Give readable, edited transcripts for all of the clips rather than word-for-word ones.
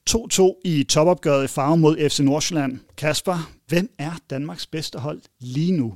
2-2 i topopgøret i Farum mod FC Nordsjælland. Kasper, hvem er Danmarks bedste hold lige nu?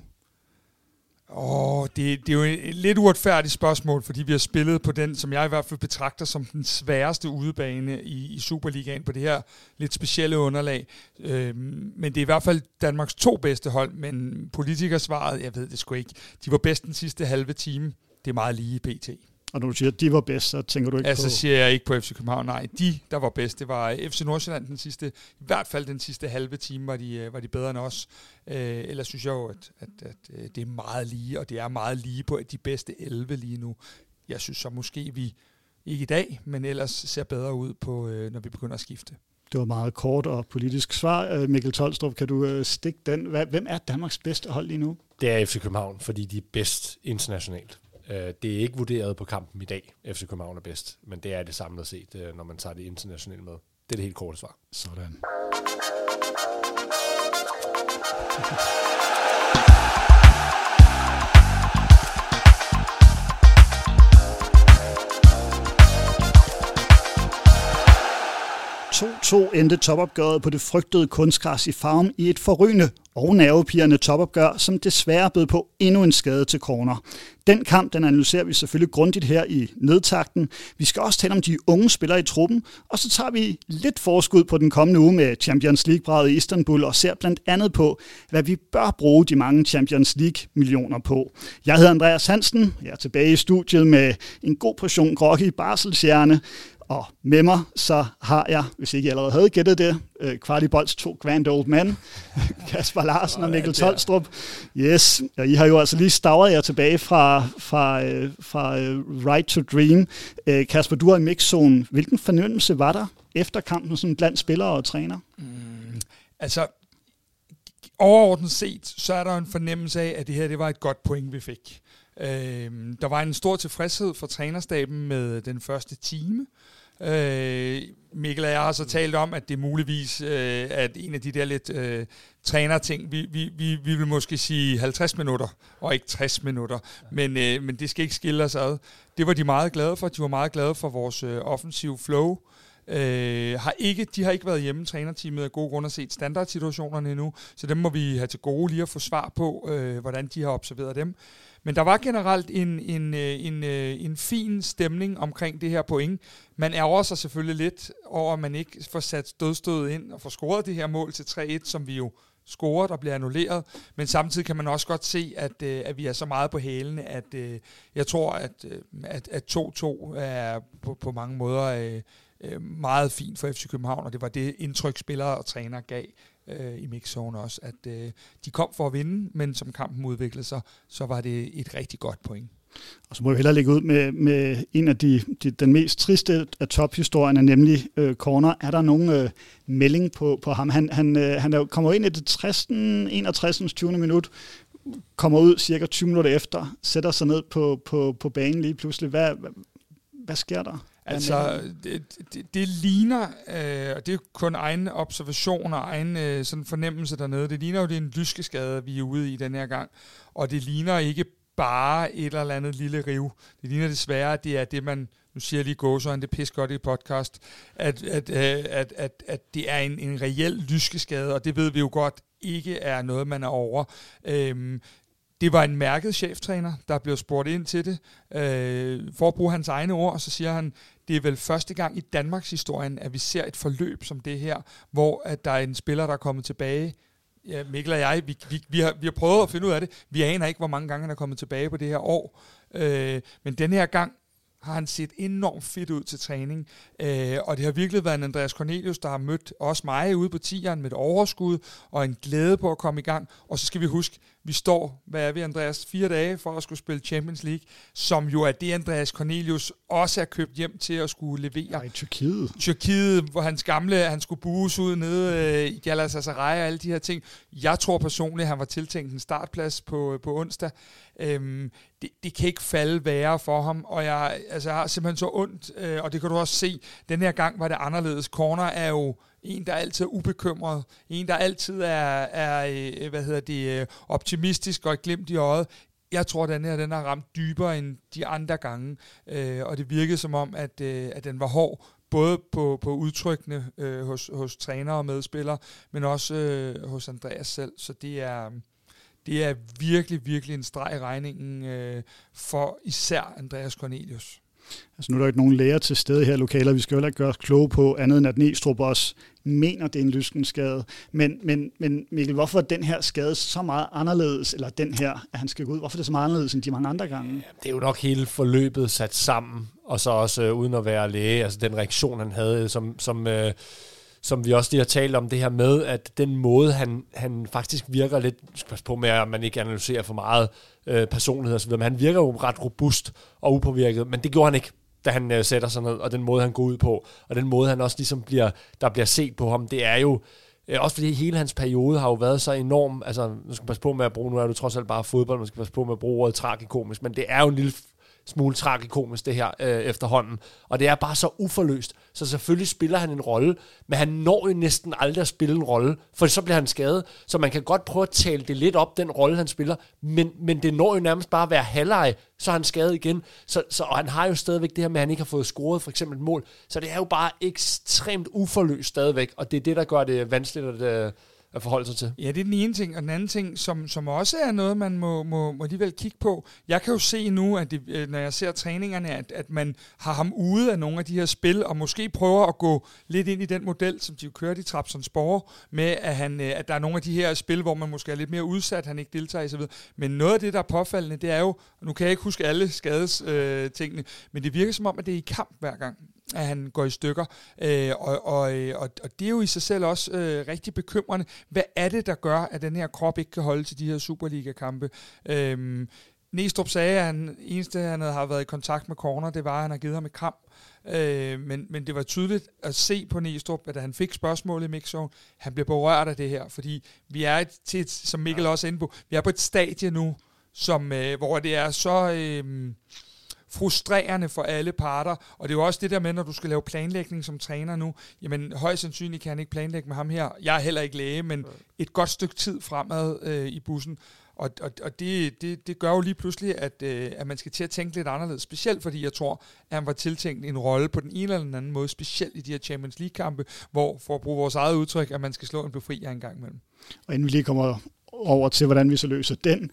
Det er jo et lidt uretfærdigt spørgsmål, fordi vi har spillet på den, som jeg i hvert fald betragter som den sværeste udebane i Superligaen på det her lidt specielle underlag. Men det er i hvert fald Danmarks 2 bedste hold, men politikersvaret, jeg ved det sgu ikke. De var bedst den sidste halve time. Det er meget lige pt. Og når du siger, at de var bedst, så tænker du ikke på... Så siger jeg ikke på FC København. Nej, de, der var bedst, det var FC Nordsjælland i hvert fald den sidste halve time, var de bedre end os. Ellers synes jeg jo, at det er meget lige, og det er meget lige på de bedste 11 lige nu. Jeg synes så måske, vi ikke i dag, men ellers ser bedre ud på, når vi begynder at skifte. Det var meget kort og politisk svar. Mikkel Tolstrup, kan du stikke den? Hvem er Danmarks bedste hold lige nu? Det er FC København, fordi de er bedst internationalt. Det er ikke vurderet på kampen i dag, FC København er bedst, men det er det samlet set, når man tager det internationalt med. Det er det helt korte svar. Sådan. Endte topopgøret på det frygtede kunstgræs i Farum i et forrygende og nervepirrende topopgør, som desværre bød på endnu en skade til corner. Den kamp, den analyserer vi selvfølgelig grundigt her i nedtakten. Vi skal også tale om de unge spillere i truppen, og så tager vi lidt forskud på den kommende uge med Champions League-braget i Istanbul og ser blandt andet på, hvad vi bør bruge de mange Champions League-millioner på. Jeg hedder Andreas Hansen, jeg er tilbage i studiet med en god portion groggy barselshjerne. Og med mig, så har jeg, hvis ikke jeg allerede havde gættet det, Kvartibolds 2 grand old men, Kasper Larsen og Mikkel Tolstrup. Yes, og I har jo altså lige stavret jer tilbage fra Right to Dream. Kasper, du er i mixzone. Hvilken fornemmelse var der efter kampen sådan blandt spillere og træner? Overordnet set, så er der en fornemmelse af, at det var et godt point, vi fik. Der var en stor tilfredshed for trænerstaben med den første time. Mikkel og jeg har så talt om, at det muligvis at en af de der lidt trænerting, vi vil måske sige 50 minutter, og ikke 60 minutter, men det skal ikke skille os ad. Det var de meget glade for. De var meget glade for vores offensive flow. De har ikke været hjemme, trænerteamet af gode grunde at set standardsituationerne endnu, så dem må vi have til gode lige at få svar på, hvordan de har observeret dem. Men der var generelt en fin stemning omkring det her point. Man ærger sig selvfølgelig lidt over, at man ikke får sat dødstødet ind og får scoret det her mål til 3-1, som vi jo scoret og bliver annulleret. Men samtidig kan man også godt se, at vi er så meget på hælene, at jeg tror, at 2-2 er på mange måder meget fint for FC København, og det var det indtryk, spillere og træner gav i mixzone også, at de kom for at vinde, men som kampen udviklede sig, så var det et rigtig godt point. Og så må vi hellere lægge ud med en af den mest triste af tophistorierne, nemlig corner. Er der nogen melding på ham? Han kommer ind i det 61. 20. minut, kommer ud cirka 20 minutter efter, sætter sig ned på banen lige pludselig. Hvad sker der? Altså, det ligner, og det er kun egen observation og egen sådan fornemmelse dernede, det ligner jo, det er en lyskeskade, vi er ude i den her gang, og det ligner ikke bare et eller andet lille riv. Det ligner desværre, at det er det, man, nu siger jeg lige gåsøjne, det er pis godt i podcast, at det er en reel lyskeskade, og det ved vi jo godt ikke er noget, man er over. Det var en mærket cheftræner, der blev spurgt ind til det. For at bruge hans egne ord, så siger han, det er vel første gang i Danmarks historien, at vi ser et forløb som det her, hvor at der er en spiller, der er kommet tilbage. Ja, Mikkel og jeg, vi har prøvet at finde ud af det. Vi aner ikke, hvor mange gange han er kommet tilbage på det her år. Men den her gang har han set enormt fedt ud til træning. Og det har virkelig været en Andreas Cornelius, der har mødt også mig ude på 10'eren med et overskud og en glæde på at komme i gang. Og så skal vi huske, vi står, hvad er vi, Andreas, 4 dage for at skulle spille Champions League, som jo er det, Andreas Cornelius også er købt hjem til at skulle levere. I Tyrkiet. Tyrkiet, hvor han skulle bues ud nede i Galatasaray og alle de her ting. Jeg tror personligt, han var tiltænkt en startplads på onsdag. Det kan ikke falde værre for ham, og jeg har simpelthen så ondt, og det kan du også se. Den her gang var det anderledes. Corner er jo en, der altid er ubekymret. En, der altid er optimistisk og et glimt i øjet. Jeg tror, den har ramt dybere end de andre gange, og det virkede som om, at den var hård, både på udtrykkene hos trænere og medspillere, men også hos Andreas selv. Så det er virkelig, virkelig en streg i regningen for især Andreas Cornelius. Altså nu er der ikke nogen læger til stede her i lokaler, vi skal jo heller ikke gøre os kloge på andet end at Næstrup også mener, det er en lyskenskade. Men Mikkel, hvorfor er den her skade så meget anderledes, eller den her, at han skal gå ud, hvorfor er det så meget anderledes end de mange andre gange? Det er jo nok hele forløbet sat sammen, og så også uden at være læge, altså den reaktion, han havde, som vi også lige har talt om det her med, at den måde, han faktisk virker lidt, skal passe på med, at man ikke analyserer for meget personlighed og så videre, men han virker jo ret robust og upåvirket, men det gjorde han ikke, da han sætter sig ned, og den måde, han går ud på, og den måde, han også ligesom bliver set på ham, det er jo, også fordi hele hans periode har jo været så enorm, altså, nu skal passe på med at bruge, nu er du trods alt bare fodbold, man skal passe på med at bruge ordet tragikomisk, men det er jo en lille smule tragikomisk det her efterhånden, og det er bare så uforløst, så selvfølgelig spiller han en rolle, men han når jo næsten aldrig at spille en rolle, for så bliver han skadet, så man kan godt prøve at tale det lidt op, den rolle han spiller, men det når jo nærmest bare at være halvleg, så er han skadet igen, og han har jo stadigvæk det her med, at han ikke har fået scoret for eksempel et mål, så det er jo bare ekstremt uforløst stadigvæk, og det er det, der gør det vanskeligt at forholde sig til. Ja, det er den ene ting, og den anden ting, som også er noget, man må alligevel kigge på. Jeg kan jo se nu, at når jeg ser træningerne, at man har ham ude af nogle af de her spil, og måske prøver at gå lidt ind i den model, som de jo kørte i Trabzonspor, med at der er nogle af de her spil, hvor man måske er lidt mere udsat, han ikke deltager i så videre. Men noget af det, der er påfaldende, det er jo, nu kan jeg ikke huske alle skadestingene, men det virker som om, at det er i kamp hver gang, at han går i stykker. Og det er jo i sig selv også rigtig bekymrende. Hvad er det, der gør, at den her krop ikke kan holde til de her Superliga-kampe? Næstrup sagde, at han havde været i kontakt med Corner, det var, at han har givet ham et kram. Men det var tydeligt at se på Næstrup, at da han fik spørgsmålet i mixzone, han blev berørt af det her, fordi vi er som Mikkel også er inde på, vi er på et stadie nu, hvor det er så frustrerende for alle parter, og det er jo også det der med, når du skal lave planlægning som træner nu, jamen højst sandsynligt kan han ikke planlægge med ham her. Jeg er heller ikke læge, men et godt stykke tid fremad i bussen, og det gør jo lige pludselig, at man skal til at tænke lidt anderledes, specielt fordi jeg tror, at han var tiltænkt en rolle på den ene eller den anden måde, specielt i de her Champions League-kampe, hvor, for at bruge vores eget udtryk, at man skal slå en befrier en gang imellem. Og inden vi lige kommer over til, hvordan vi så løser den,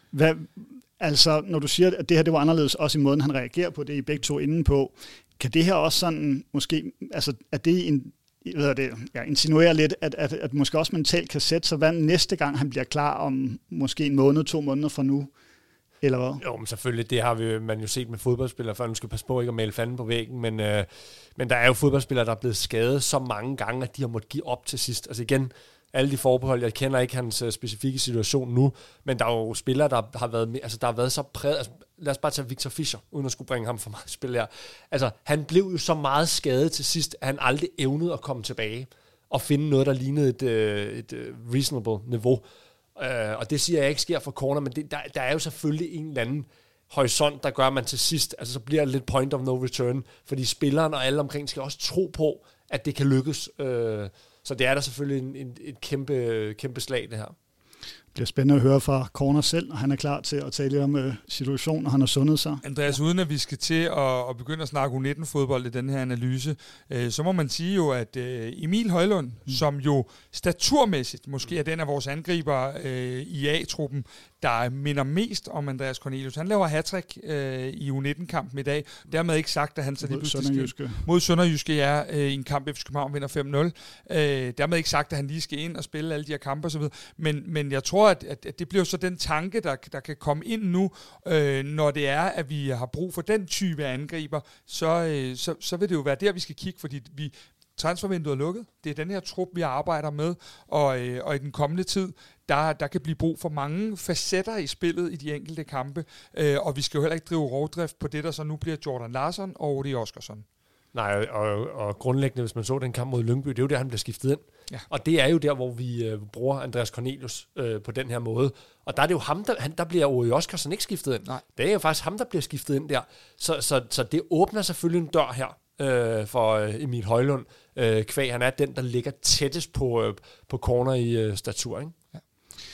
altså, når du siger, at det her det var anderledes, også i måden, han reagerer på det, I begge to inde på, kan det her også sådan, måske, altså, at det insinuerer lidt, at måske også mentalt kan sætte sig, hvad næste gang han bliver klar om måske en måned, 2 måneder fra nu, eller hvad? Jo, men selvfølgelig, det har man jo set med fodboldspillere, før nu skal passe på ikke at male fanden på væggen, men der er jo fodboldspillere, der er blevet skadet så mange gange, at de har måttet give op til sidst. Altså igen, alle de forbehold, jeg kender ikke hans specifikke situation nu, men der er jo spillere, der har været, altså der har været så præget, altså lad os bare tage Victor Fischer, uden at skulle bringe ham for meget spil her. Altså, han blev jo så meget skadet til sidst, at han aldrig evnede at komme tilbage og finde noget, der lignede et reasonable niveau. Og det siger jeg ikke sker for Corner, men der er jo selvfølgelig en eller anden horisont, der gør, at man til sidst, altså så bliver det lidt point of no return, fordi spilleren og alle omkring skal også tro på, at det kan lykkes. Så det er der selvfølgelig et kæmpe slag, det her. Det bliver spændende at høre fra Corner selv, og han er klar til at tale lidt om situationen, og han har sundet sig. Andreas, uden at vi skal til at begynde at snakke U19-fodbold i den her analyse, så må man sige jo, at Emil Højlund, som jo staturmæssigt måske er den af vores angriber i A-truppen, der minder mest om Andreas Cornelius. Han laver hattrick i U19-kampen i dag. Dermed ikke sagt, at han så mod Sønderjyske er i en kamp, FC København vinder 5-0. Dermed ikke sagt, at han lige skal ind og spille alle de her kampe osv. Men jeg tror, at det bliver så den tanke, der kan komme ind nu, når det er, at vi har brug for den type af angriber, så vil det jo være der, vi skal kigge, fordi transfervinduet er lukket. Det er den her trup, vi arbejder med, og i den kommende tid, der kan blive brug for mange facetter i spillet i de enkelte kampe, og vi skal jo heller ikke drive rovdrift på det, der så nu bliver Jordan Larsson og Odi Oskarsson. Nej, og grundlæggende, hvis man så den kamp mod Lyngby, det er jo der, han bliver skiftet ind. Ja. Og det er jo der, hvor vi bruger Andreas Cornelius på den her måde. Og der er det jo ham, der bliver Odi Oskarsson ikke skiftet ind. Nej. Det er jo faktisk ham, der bliver skiftet ind der. Så det åbner selvfølgelig en dør her for Emil Højlund. Kvæg, han er den, der ligger tættest på Corner i statur, ikke? Ja.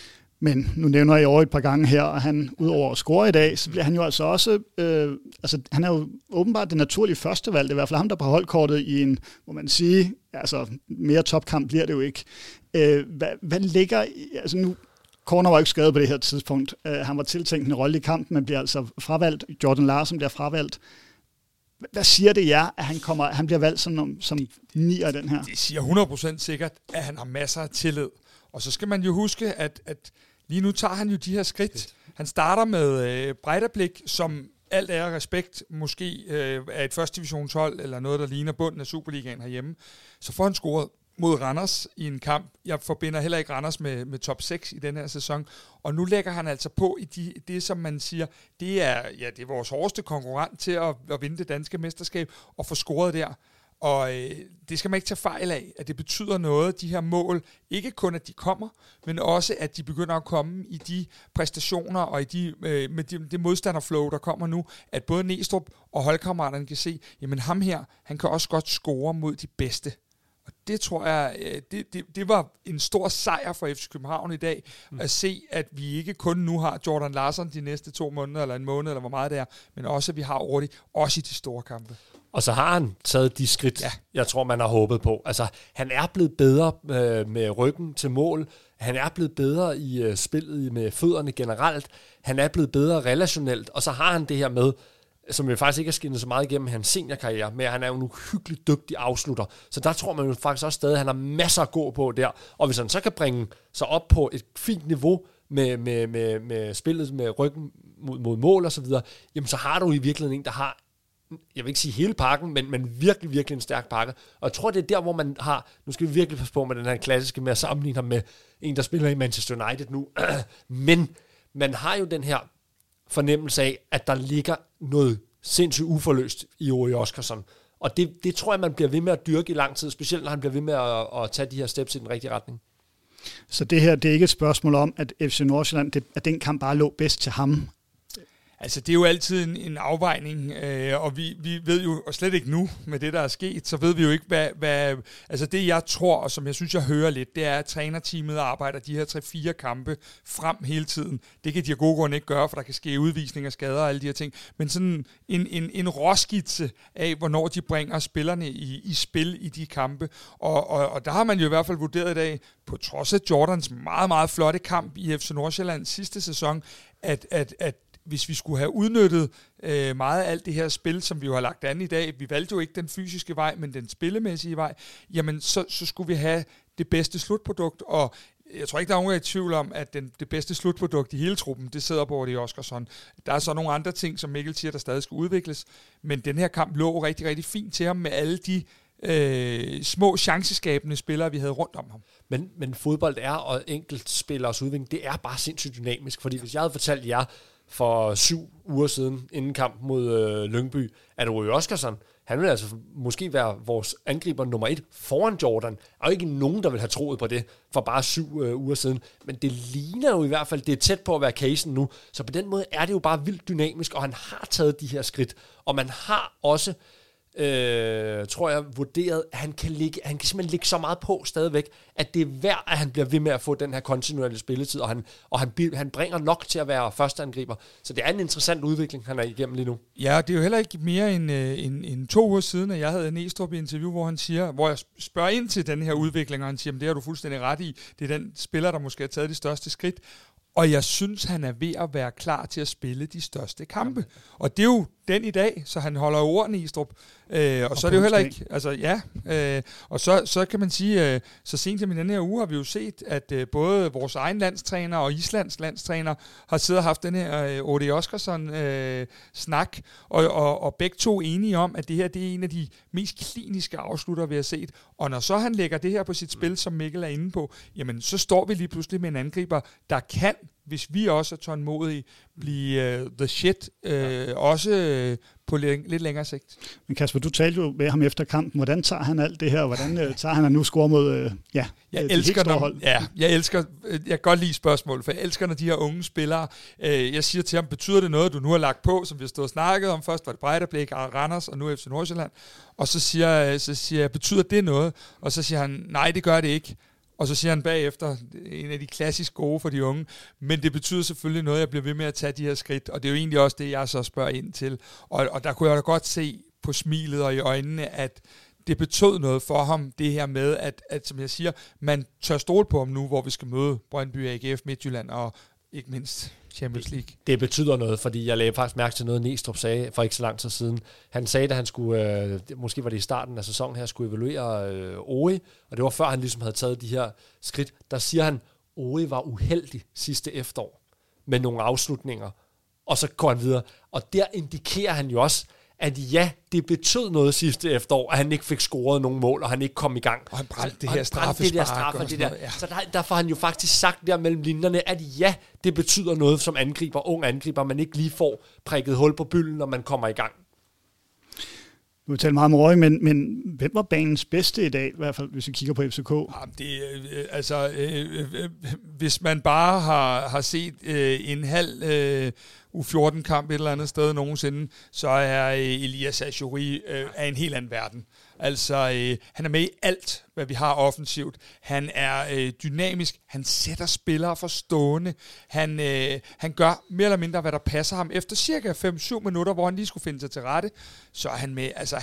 Men nu nævner jeg over et par gange her, og han udover at score i dag, så bliver han jo altså også, han er jo åbenbart det naturlige førstevalg, det er i hvert fald ham, der på holdkortet i en, må man sige, altså mere topkamp bliver det jo ikke. Hvad ligger, altså nu, Corner var ikke skadet på det her tidspunkt, han var tiltænkt en rolle i kampen, men bliver altså fravalgt, Jordan Larsen bliver fravalgt. Hvad siger det jer, at han bliver valgt som nier i den her? Det siger 100% sikkert, at han har masser af tillid. Og så skal man jo huske, at lige nu tager han jo de her skridt. Han starter med Breidablik, som alt er respekt, måske er et første divisionshold, eller noget, der ligner bunden af Superligaen herhjemme. Så får han scoret mod Randers i en kamp. Jeg forbinder heller ikke Randers med top 6 i den her sæson. Og nu lægger han altså på i det, som man siger, det er vores hårdeste konkurrent til at vinde det danske mesterskab og få scoret der. Og det skal man ikke tage fejl af, at det betyder noget, de her mål, ikke kun at de kommer, men også at de begynder at komme i de præstationer og i med det modstanderflow, der kommer nu, at både Næstrup og holdkammeraterne kan se, jamen ham her, han kan også godt score mod de bedste. Og det tror jeg, det var en stor sejr for FC København i dag, at se, at vi ikke kun nu har Jordan Larsen de næste 2 måneder, eller en måned, eller hvor meget det er, men også at vi har Ordi, også i de store kampe. Og så har han taget de skridt, jeg tror, man har håbet på. Altså, han er blevet bedre med ryggen til mål. Han er blevet bedre i spillet med fødderne generelt. Han er blevet bedre relationelt. Og så har han det her med, som jo faktisk ikke er skinnet så meget igennem hans seniorkarriere, men han er jo en uhyggeligt dygtig afslutter. Så der tror man jo faktisk også stadig, at han har masser at gå på der. Og hvis han så kan bringe sig op på et fint niveau med spillet med ryggen mod mål og så videre, jamen så har du i virkeligheden en, der har, jeg vil ikke sige hele pakken, men virkelig, virkelig en stærk pakke. Og jeg tror, det er der, hvor man har, nu skal vi virkelig passe på med den her klassiske med at sammenligne ham med en, der spiller i Manchester United nu, men man har jo den her fornemmelse af, at der ligger noget sindssygt uforløst i Ori Oskarsson. Og det tror jeg, man bliver ved med at dyrke i lang tid, specielt når han bliver ved med at tage de her steps i den rigtige retning. Så det her, det er ikke et spørgsmål om, at FC Nordsjælland, at den kamp bare lå bedst til ham? Altså, det er jo altid en afvejning, og vi ved jo, og slet ikke nu med det, der er sket, så ved vi jo ikke, hvad altså det, jeg tror, og som jeg synes, jeg hører lidt, det er, at trænerteamet arbejder de her 3-4 kampe frem hele tiden. Det kan de af gode grunde ikke gøre, for der kan ske udvisninger, skader og alle de her ting. Men sådan en råskitse af, hvornår de bringer spillerne i spil i de kampe. Og der har man jo i hvert fald vurderet i dag, på trods af Jordans meget, meget flotte kamp i FC Nordsjælland sidste sæson, at hvis vi skulle have udnyttet meget af alt det her spil, som vi jo har lagt an i dag, vi valgte jo ikke den fysiske vej, men den spillemæssige vej, jamen så skulle vi have det bedste slutprodukt, og jeg tror ikke, der er nogen, der er i tvivl om, at det bedste slutprodukt i hele truppen, det sidder på Ordi Oskarsson. Der er så nogle andre ting, som Mikkel siger, der stadig skal udvikles, men den her kamp lå rigtig, rigtig fint til ham med alle de små chanceskabende spillere, vi havde rundt om ham. Men fodbold er, og enkeltspillers udvikling, det er bare sindssygt dynamisk, fordi hvis jeg havde fortalt jer for 7 uger siden, inden kampen mod Lyngby, at Ori Oskarsson, han vil altså måske være vores angriber nummer 1 foran Jordan. Der er jo ikke nogen, der vil have troet på det for bare 7 uger siden. Men det ligner jo i hvert fald, det er tæt på at være casen nu. Så på den måde er det jo bare vildt dynamisk, og han har taget de her skridt. Og man har også, tror jeg, vurderet, at han kan simpelthen ligge så meget på stadigvæk, at det er værd, at han bliver ved med at få den her kontinuerlige spilletid, og han bringer nok til at være førsteangriber. Så det er en interessant udvikling, han er igennem lige nu. Ja, det er jo heller ikke mere end 2 uger siden, at jeg havde Næstrup i interview, hvor jeg spørger ind til den her udvikling, og han siger, det har du fuldstændig ret i. Det er den spiller, der måske har taget de største skridt. Og jeg synes, han er ved at være klar til at spille de største kampe. Og det er jo den i dag, så han holder ordene i Strup. Og så er det jo heller ikke... Altså, og så kan man sige, så sent som i denne her uge har vi jo set, at både vores egen landstræner og Islands landstræner har siddet og haft den her Ordi Oskarsson-snak, og begge to enige om, at det her det er en af de mest kliniske afslutter, vi har set. Og når så han lægger det her på sit spil, som Mikkel er inde på, jamen så står vi lige pludselig med en angriber, der kan, hvis vi også er tålmodige, blive the shit, også på lidt længere sigt. Men Kasper, du talte jo med ham efter kampen. Hvordan tager han alt det her? Hvordan tager han at nu score mod jeg elsker, jeg kan godt lide spørgsmål, for jeg elsker, når de her unge spillere, jeg siger til ham, betyder det noget, du nu har lagt på, som vi har stået og snakket om? Først var det Breidablik, Randers, og nu FC Nordsjælland. Og så siger jeg, betyder det noget? Og så siger han, nej, det gør det ikke. Og så siger han bagefter, en af de klassisk gode for de unge, men det betyder selvfølgelig noget, at jeg bliver ved med at tage de her skridt, og det er jo egentlig også det, jeg så spørger ind til. Og der kunne jeg da godt se på smilet og i øjnene, at det betød noget for ham, det her med, at som jeg siger, man tør stole på ham nu, hvor vi skal møde Brøndby, AGF, Midtjylland og ikke mindst Champions League. Det betyder noget, fordi jeg lagde faktisk mærke til noget, Næstrup sagde for ikke så lang tid siden. Han sagde, at han skulle, måske var det i starten af sæsonen her, skulle evaluere Ori, og det var før han ligesom havde taget de her skridt. Der siger han, Ori var uheldig sidste efterår med nogle afslutninger, og så går han videre. Og der indikerer han jo også, at ja, det betød noget sidste efterår, at han ikke fik scoret nogen mål, og han ikke kom i gang. Og han brændte det her straffespark. Ja. Så der får han jo faktisk sagt der mellem linjerne, at ja, det betyder noget som ung angriber, man ikke lige får prikket hul på bylden, når man kommer i gang. Du har talt meget om Røg, men hvem var banens bedste i dag, i hvert fald hvis vi kigger på FCK? Hvis man bare har set en halv U14-kamp et eller andet sted nogensinde, så er Elias Achouri af en helt anden verden. Altså, han er med i alt, hvad vi har offensivt. Han er dynamisk. Han sætter spillere for stående. Han gør mere eller mindre, hvad der passer ham. Efter cirka 5-7 minutter, hvor han lige skulle finde sig til rette, så er han med. Altså,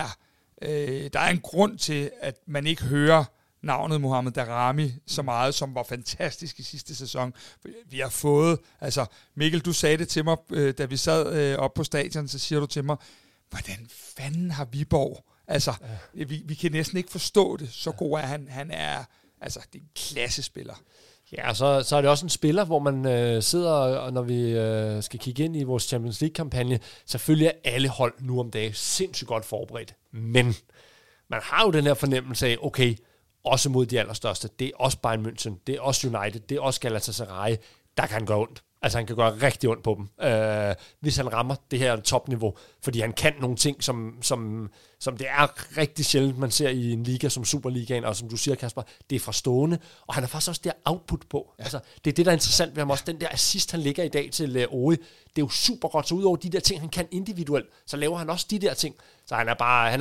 der er en grund til, at man ikke hører navnet Mohamed Daramy så meget, som var fantastisk i sidste sæson. Vi har fået, altså Mikkel, du sagde det til mig, da vi sad oppe på stadion, så siger du til mig, hvordan fanden har Viborg? Altså, vi kan næsten ikke forstå det, så god er han. Han er, altså, det er en klassespiller. Ja, så er det også en spiller, hvor man sidder, og når vi skal kigge ind i vores Champions League-kampagne, selvfølgelig er alle hold nu om dagen sindssygt godt forberedt. Men man har jo den her fornemmelse af, okay, også mod de allerstørste. Det er også Bayern München, det er også United, det er også Galatasaray. Der kan han gøre ondt. Altså han kan gøre rigtig ondt på dem, hvis han rammer det her topniveau. Fordi han kan nogle ting, som det er rigtig sjældent, man ser i en liga som Superligaen, og som du siger, Kasper, det er fra stående. Og han har faktisk også det output på. Ja. Altså, det er det, der er interessant ved ham også. Den der assist, han lægger i dag til Ori, det er jo super godt. Så udover de der ting, han kan individuelt, så laver han også de der ting. Så han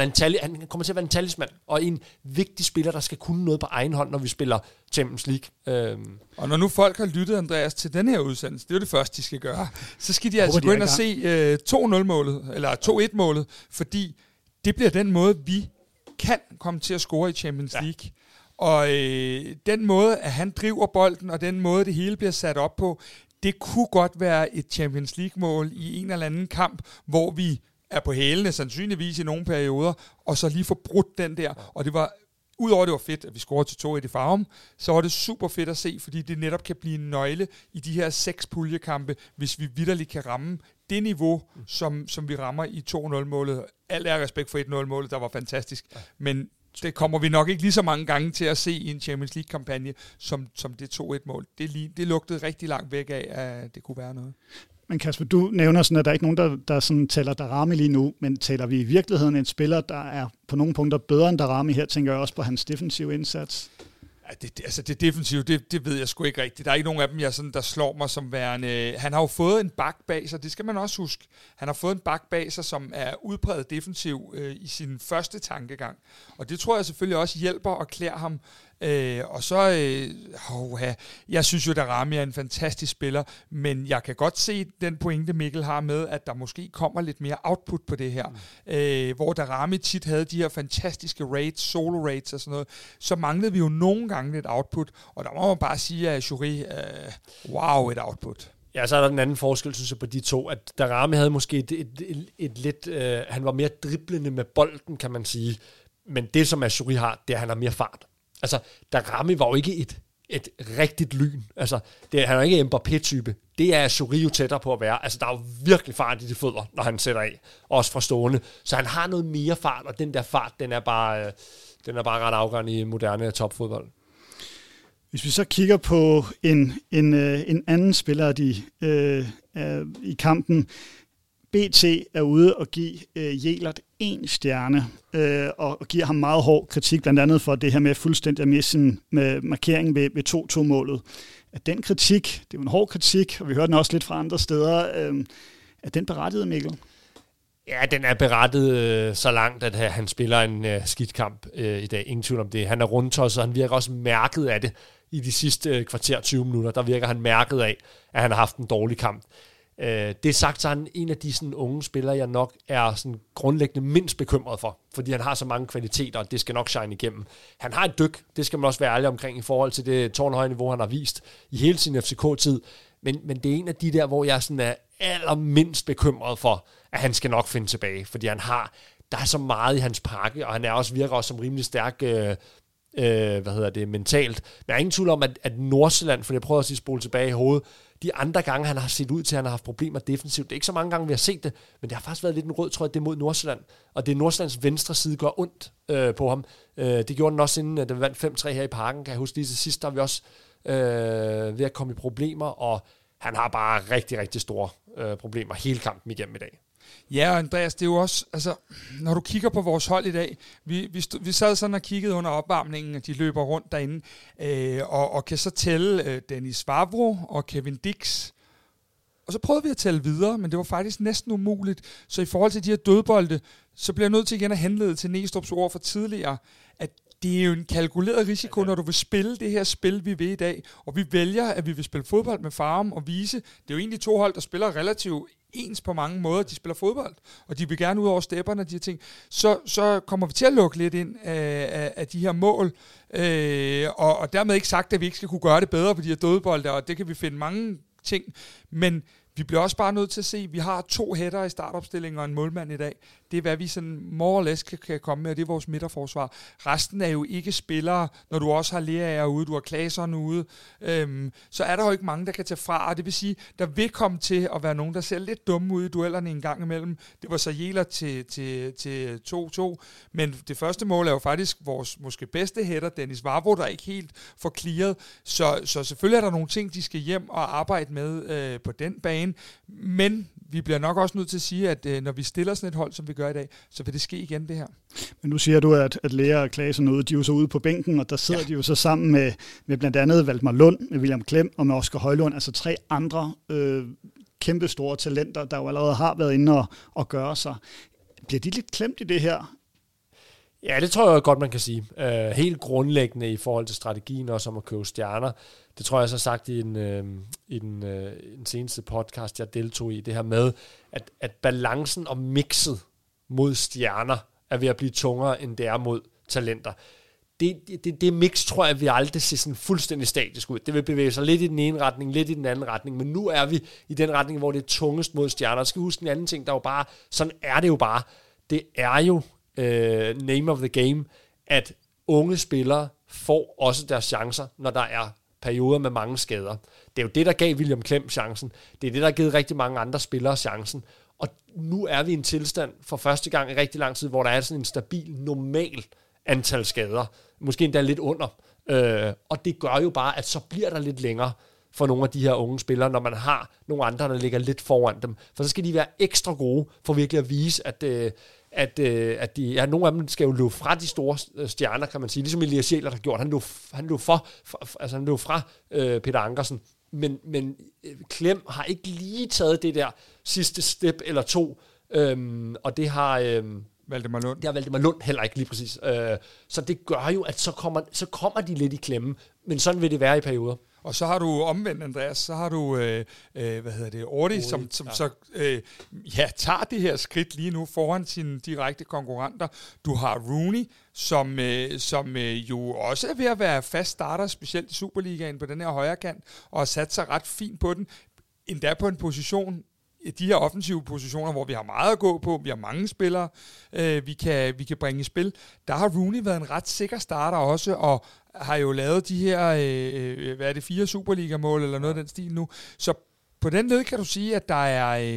han kommer til at være en talisman, og en vigtig spiller, der skal kunne noget på egen hånd, når vi spiller Champions League. Og når nu folk har lyttet, Andreas, til den her udsendelse, det er jo det første, de skal gøre, så skal de altså gå ind og se 2-0-målet, eller 2-1-målet, fordi det bliver den måde, vi kan komme til at score i Champions League. Og den måde, at han driver bolden, og den måde, det hele bliver sat op på, det kunne godt være et Champions League-mål i en eller anden kamp, hvor vi er på hælene, sandsynligvis i nogle perioder, og så lige få brudt den der. Og det var, udover det var fedt, at vi scorede til 2-1 i Farum, så var det super fedt at se, fordi det netop kan blive en nøgle i de her 6 puljekampe, hvis vi vitterligt kan ramme det niveau, som vi rammer i 2-0-målet. Alt er respekt for 1-0-målet, der var fantastisk. Men det kommer vi nok ikke lige så mange gange til at se i en Champions League-kampagne, som det 2-1-mål. Det lugtede rigtig langt væk af, at det kunne være noget. Men Kasper, du nævner sådan, at der er ikke nogen, der sådan tæller Daramy lige nu, men taler vi i virkeligheden en spiller, der er på nogle punkter bedre end Daramy her, tænker jeg også på hans defensive indsats? Ja, det defensive, det ved jeg sgu ikke rigtigt. Der er ikke nogen af dem, der slår mig som værende. Han har jo fået en bak bag sig, det skal man også huske. Han har fået en bak bag sig, som er udpræget defensiv i sin første tankegang. Og det tror jeg selvfølgelig også hjælper og klæder ham. Og så, jeg synes jo, at Daramy er en fantastisk spiller, men jeg kan godt se den pointe, Mikkel har med, at der måske kommer lidt mere output på det her. Hvor Daramy tit havde de her fantastiske raids, solo raids og sådan noget, så manglede vi jo nogle gange lidt output, og der må man bare sige, at Jury, et output. Ja, så er der den anden forskel, synes jeg, på de to, at Daramy havde måske et lidt, han var mere driblende med bolden, kan man sige, men det, som Achouri har, det er, at han har mere fart. Altså, Daramy var jo ikke et rigtigt lyn. Altså, han er jo ikke en Mbappé-type. Det er Achouri jo tættere på at være. Altså, der er jo virkelig fart i de fødder, når han sætter af. Også fra stående. Så han har noget mere fart, og den der fart, den er bare ret afgørende i moderne topfodbold. Hvis vi så kigger på en anden spiller i kampen, BT er ude og give Jelert 1 stjerne, og giver ham meget hård kritik, blandt andet for det her med fuldstændig at misse sin markering ved 2-2-målet. At den kritik, det er jo en hård kritik, og vi hører den også lidt fra andre steder, er den berettiget, Mikkel? Ja, den er berettet så langt, at han spiller en skidt kamp i dag. Ingen tvivl om det. Han er rundtosset, og han virker også mærket af det i de sidste kvarter 20 minutter. Der virker han mærket af, at han har haft en dårlig kamp. Det sagt, så er han en af de sådan, unge spillere, jeg nok er sådan, grundlæggende mindst bekymret for, fordi han har så mange kvaliteter, og det skal nok shine igennem. Han har et dyk, det skal man også være ærlig omkring i forhold til det tårnhøje niveau, han har vist i hele sin FCK-tid. Men det er en af de der, hvor jeg sådan er allermindst bekymret for, at han skal nok finde tilbage, fordi der er så meget i hans pakke, og han virker også som rimelig stærk mentalt. Men jeg er ingen tvivl om, at Nordsjælland, for jeg prøver at spole tilbage i hovedet, de andre gange, han har set ud til, at han har haft problemer defensivt. Det er ikke så mange gange, vi har set det, men det har faktisk været lidt en rød tråd, det mod Nordsjælland. Og det er Nordsjællands venstre side gør ondt på ham. Det gjorde den også, inden da vi vandt 5-3 her i Parken. Kan jeg huske lige til sidst, der er vi også ved at komme i problemer, og han har bare rigtig, rigtig store problemer hele kampen igennem i dag. Ja, Andreas, det er jo også, altså, når du kigger på vores hold i dag, vi sad sådan og kiggede under opvarmningen, at de løber rundt derinde, og kan så tælle Dennis Vavro og Kevin Dix. Og så prøvede vi at tælle videre, men det var faktisk næsten umuligt. Så i forhold til de her dødbolde, så bliver jeg nødt til igen at henlede til Næstrup's ord for tidligere, at det er jo en kalkuleret risiko, når du vil spille det her spil, vi vil i dag. Og vi vælger, at vi vil spille fodbold med Farum og Vise. Det er jo egentlig 2 hold, der spiller relativt ens på mange måder. De spiller fodbold, og de vil gerne ud over stepperne og de her ting. Så kommer vi til at lukke lidt ind af de her mål. Og dermed ikke sagt, at vi ikke skal kunne gøre det bedre på de her dødbolde, og det kan vi finde mange ting. Men vi bliver også bare nødt til at se, at vi har 2 hætter i startopstillingen og en målmand i dag. Det er, hvad vi sådan more or less kan komme med, og det er vores midterforsvar. Resten er jo ikke spillere, når du også har Lerager ude, du har Claesson ude. Så er der jo ikke mange, der kan tage fra, og det vil sige, der vil komme til at være nogen, der ser lidt dumme ud i duellerne en gang imellem. Det var så Jæler til 2-2, men det første mål er jo faktisk vores måske bedste hætter, Dennis Vavro, der ikke helt får clearet. Så selvfølgelig er der nogle ting, de skal hjem og arbejde med på den bane, men vi bliver nok også nødt til at sige, at når vi stiller sådan et hold, som vi gør i dag, så vil det ske igen, det her. Men nu siger du, at Lea og Claesson ude, de er jo så ude på bænken, og der sidder de jo så sammen med blandt andet Valdemar Lund, med William Klem og med Oscar Højlund, altså 3 andre kæmpe store talenter, der jo allerede har været inde og gøre sig. Bliver de lidt klemt i det her? Ja, det tror jeg godt, man kan sige. Helt grundlæggende i forhold til strategien også om at købe stjerner. Det tror jeg så sagt i den seneste podcast, jeg deltog i, det her med, at balancen og mixet mod stjerner er ved at blive tungere, end det er mod talenter. Det mix, tror jeg, vi aldrig ser sådan fuldstændig statisk ud. Det vil bevæge sig lidt i den ene retning, lidt i den anden retning, men nu er vi i den retning, hvor det er tungest mod stjerner. Jeg skal huske en anden ting, der er jo bare, sådan er det jo bare. Det er jo name of the game, at unge spillere får også deres chancer, når der er perioder med mange skader. Det er jo det, der gav William Klem chancen. Det er det, der har givet rigtig mange andre spillere chancen. Og nu er vi i en tilstand for første gang i rigtig lang tid, hvor der er sådan en stabil, normal antal skader. Måske endda lidt under. Og det gør jo bare, at så bliver der lidt længere for nogle af de her unge spillere, når man har nogle andre, der ligger lidt foran dem. For så skal de være ekstra gode for virkelig at vise, at nogle af dem skal jo løbe fra de store stjerner, kan man sige. Ligesom Elias Jæler har gjort. Han løb fra Peter Ankersen. Men Klem har ikke lige taget det der sidste step eller 2. Og det har Valdemar Lund. Det har Valdemar Lund heller ikke lige præcis. Så det gør jo, at så kommer de lidt i klemme. Men sådan vil det være i perioder. Og så har du omvendt, Andreas, så har du, Ordi, som tager det her skridt lige nu foran sine direkte konkurrenter. Du har Rooney, som jo også er ved at være fast starter, specielt i Superligaen på den her højre kant, og har sat sig ret fint på den. Endda på en position, de her offensive positioner, hvor vi har meget at gå på, vi har mange spillere, vi kan bringe i spil. Der har Rooney været en ret sikker starter også, og har jo lavet de her, 4 Superliga-mål eller noget af den stil nu. Så på den led kan du sige, at der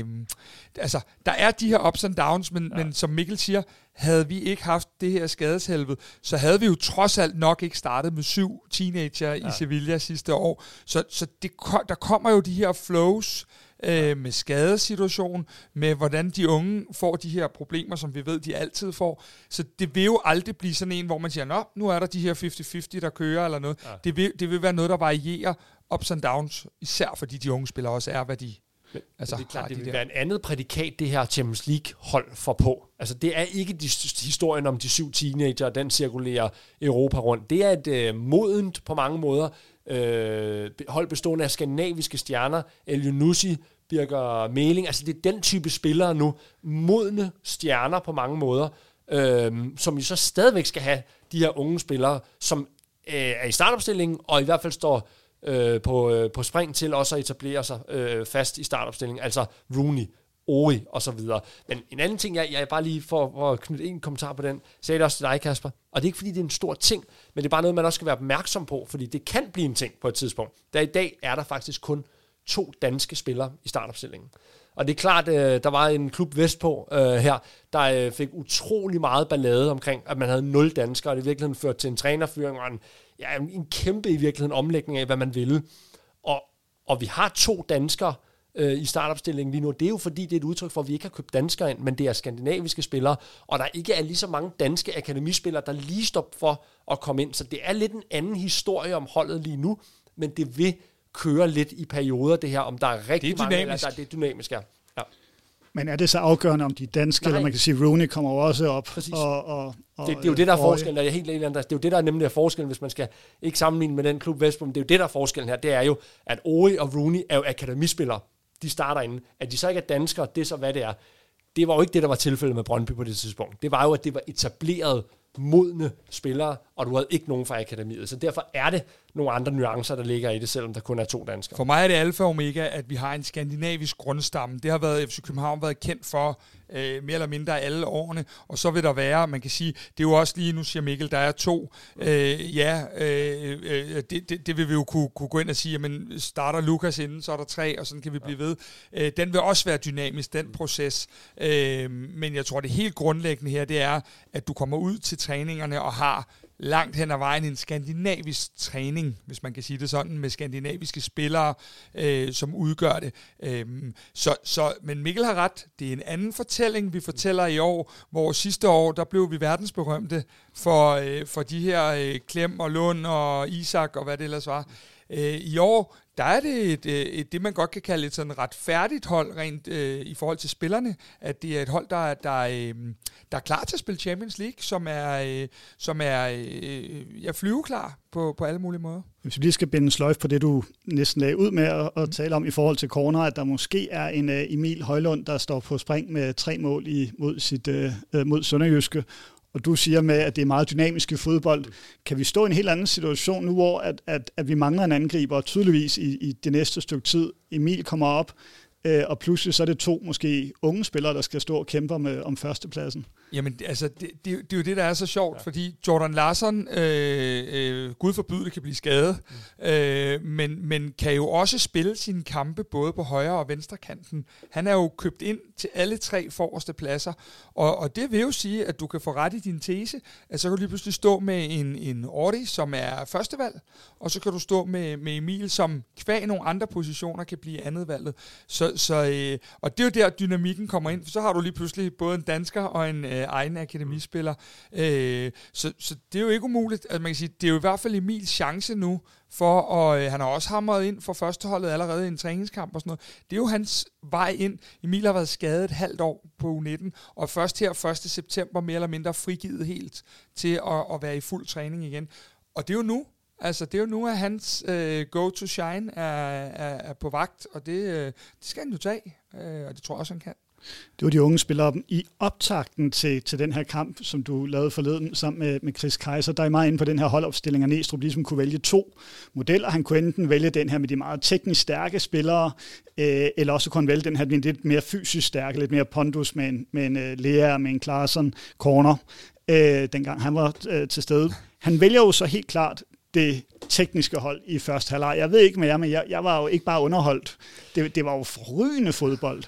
er de her ups and downs, men som Mikkel siger, havde vi ikke haft det her skadeshelvede, så havde vi jo trods alt nok ikke startet med 7 teenager i Sevilla sidste år. Så der kommer jo de her flows med skadesituation, med hvordan de unge får de her problemer, som vi ved, de altid får. Så det vil jo aldrig blive sådan en, hvor man siger, nå, nu er der de her 50-50, der kører eller noget. Ja. Det vil være noget, der varierer ups and downs, især fordi de unge spillere også er, hvad de Altså, det er klart, det vil være en andet prædikat, det her Champions League-hold får på. Altså, det er ikke historien om de 7 teenager, den cirkulerer Europa rundt. Det er et modent på mange måder hold bestående af skandinaviske stjerner, El Yunusi, Birger Meling. Altså, det er den type spillere nu, modne stjerner på mange måder, som jo så stadigvæk skal have de her unge spillere, som er i startopstillingen, og i hvert fald står på spring til også at etablere sig fast i startopstillingen, altså Rooney, Ori og så videre. Men en anden ting, jeg bare lige for at knytte en kommentar på den, sagde det også til dig, Kasper, og det er ikke fordi, det er en stor ting, men det er bare noget, man også skal være opmærksom på, fordi det kan blive en ting på et tidspunkt. Der i dag er der faktisk kun 2 danske spillere i startopstillingen. Og det er klart, der var en klub vestpå her, der fik utrolig meget ballade omkring, at man havde 0 danskere, og det i virkeligheden førte til en trænerfyring og en kæmpe i virkeligheden omlægning af, hvad man ville. Og vi har 2 danskere i startopstillingen lige nu. Det er jo fordi, det er et udtryk for, at vi ikke har købt danskere ind, men det er skandinaviske spillere, og der ikke er lige så mange danske akademispillere, der lige står for at komme ind. Så det er lidt en anden historie om holdet lige nu, men det vil køre lidt i perioder, det her, om der er rigtig mange, eller der er det dynamisk, ja. Men er det så afgørende, om de danske, eller man kan sige, Rooney kommer også op? Præcis. Det er jo det, der er forskellen. Det er jo det, der er nemlig forskellen, hvis man skal ikke sammenligne med den klub Vestbom. Det er jo det, der er forskellen her. Det er jo, at Ori og Rooney er jo akademispillere. De starter inden. At de så ikke er danskere, det er så, hvad det er. Det var jo ikke det, der var tilfældet med Brøndby på det tidspunkt. Det var jo, at det var etableret modne spillere, og du havde ikke nogen fra akademiet. Så derfor er det nogle andre nuancer, der ligger i det, selvom der kun er 2 danskere. For mig er det alfa og omega, at vi har en skandinavisk grundstamme. Det har været FC København været kendt for mere eller mindre alle årene, og så vil der være, man kan sige, det er jo også lige, nu siger Mikkel, der er 2. Det vil vi jo kunne gå ind og sige, men starter Lukas inden, så er der 3, og sådan kan vi blive ved. Den vil også være dynamisk, den proces. Men jeg tror, det helt grundlæggende her, det er, at du kommer ud til træningerne og har langt hen ad vejen en skandinavisk træning, hvis man kan sige det sådan, med skandinaviske spillere, som udgør det. Men Mikkel har ret. Det er en anden fortælling, vi fortæller i år, hvor sidste år, der blev vi verdensberømte for de her Klem og Lund og Isak og hvad det ellers var. I år, der er det det, man godt kan kalde et sådan retfærdigt hold, rent i forhold til spillerne, at det er et hold, der er klar til at spille Champions League, som er flyveklar på alle mulige måder. Hvis vi lige skal binde sløjf på det, du næsten lagde ud med at tale om i forhold til corner, at der måske er en Emil Højlund, der står på spring med 3 mål mod Sønderjyske, og du siger med, at det er meget dynamisk i fodbold. Kan vi stå i en helt anden situation nu, hvor at vi mangler en angriber, og tydeligvis i det næste stykke tid, Emil kommer op, og pludselig så er det 2 måske unge spillere, der skal stå og kæmpe om førstepladsen? Jamen, altså, det er jo det, der er så sjovt, fordi Jordan Larsson, Gud forbyde det, kan blive skadet, men kan jo også spille sine kampe både på højre og venstre kanten. Han er jo købt ind til alle 3 forreste pladser, og det vil jo sige, at du kan få ret i din tese, at så kan du lige pludselig stå med en Ordi, som er førstevalg, og så kan du stå med Emil, som kvæg nogle andre positioner kan blive andetvalget. Og det er jo der, dynamikken kommer ind, for så har du lige pludselig både en dansker og en egen akademispiller. Så det er jo ikke umuligt. Altså man kan sige, det er jo i hvert fald Emils chance nu, han har også hamret ind for førsteholdet allerede i en træningskamp og sådan noget. Det er jo hans vej ind. Emil har været skadet et halvt år på U19, og først her 1. september mere eller mindre frigivet helt til at være i fuld træning igen. Og det er jo nu. Altså, det er jo nu, at hans go to shine er på vagt, og det skal han jo tage, og det tror jeg også, han kan. Det var de unge spillere i optakten til den her kamp, som du lavede forleden sammen med Chris Kaiser. Der er meget inde på den her holdopstilling, og Næstrup ligesom kunne vælge 2 modeller. Han kunne enten vælge den her med de meget teknisk stærke spillere, eller også kunne han vælge den her med lidt mere fysisk stærke, lidt mere pondus med en Lea, med en Klaarsson corner, dengang han var til stede. Han vælger jo så helt klart det tekniske hold i første halvleg. Jeg ved ikke mere, men jeg var jo ikke bare underholdt. Det var jo forrygende fodbold.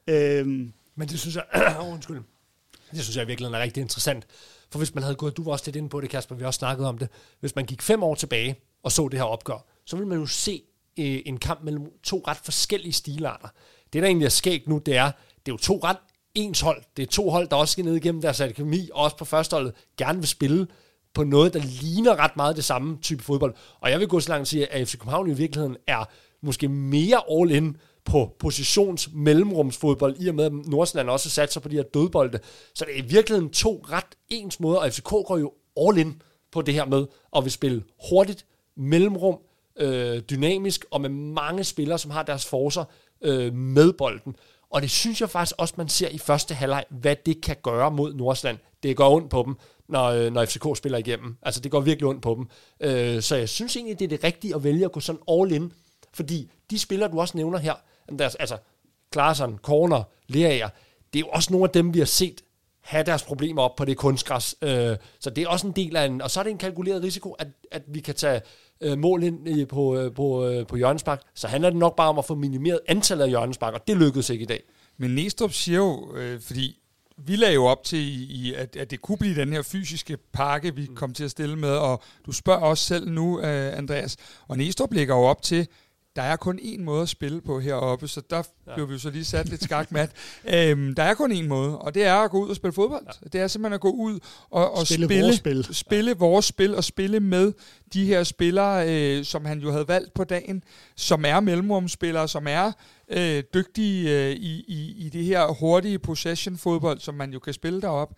Men det synes jeg, det synes jeg i virkeligheden er rigtig interessant. For hvis man havde gået, du var også lidt inde på det, Kasper, vi også snakket om det. Hvis man gik 5 år tilbage og så det her opgør, så ville man jo se en kamp mellem 2 ret forskellige stilarter. Det, der egentlig er skægt nu, det er jo 2 ret ens hold. Det er 2 hold, der også skal ned igennem deres akademi, og også på førsteholdet gerne vil spille på noget, der ligner ret meget det samme type fodbold. Og jeg vil gå så langt og sige, at FC København i virkeligheden er måske mere all-in på positionsmellemrumsfodbold, i og med at Nordsjælland også satser på de her dødbolde. Så det er i virkeligheden 2 ret ens måder, og FCK går jo all in på det her med at vil spille hurtigt, mellemrum, dynamisk, og med mange spillere, som har deres forcer med bolden. Og det synes jeg faktisk også, man ser i første halvleg, hvad det kan gøre mod Nordsjælland. Det går ondt på dem, når FCK spiller igennem. Altså, det går virkelig ondt på dem. Så jeg synes egentlig, det er det rigtige at vælge at gå sådan all in. Fordi de spillere, du også nævner her, altså Klaarsson, Corner, Lerager, det er jo også nogle af dem, vi har set have deres problemer op på det kunstgræs. Så det er også en del af og så er det en kalkuleret risiko, at vi kan tage mål ind på hjørnespark. Så handler det nok bare om at få minimeret antallet af hjørnespark, og det lykkedes ikke i dag. Men Næstrup siger jo, fordi vi lagde jo op til, at det kunne blive den her fysiske pakke, vi kom til at stille med, og du spørger også selv nu, Andreas, og Næstrup lægger jo op til, der er kun én måde at spille på heroppe, så der blev vi jo så lige sat lidt skakmat. Der er kun én måde, og det er at gå ud og spille fodbold. Ja. Det er simpelthen at gå ud og spille vores spil, og spille med de her spillere, som han jo havde valgt på dagen, som er mellemrumsspillere, som er dygtige i det her hurtige possession-fodbold, som man jo kan spille derop.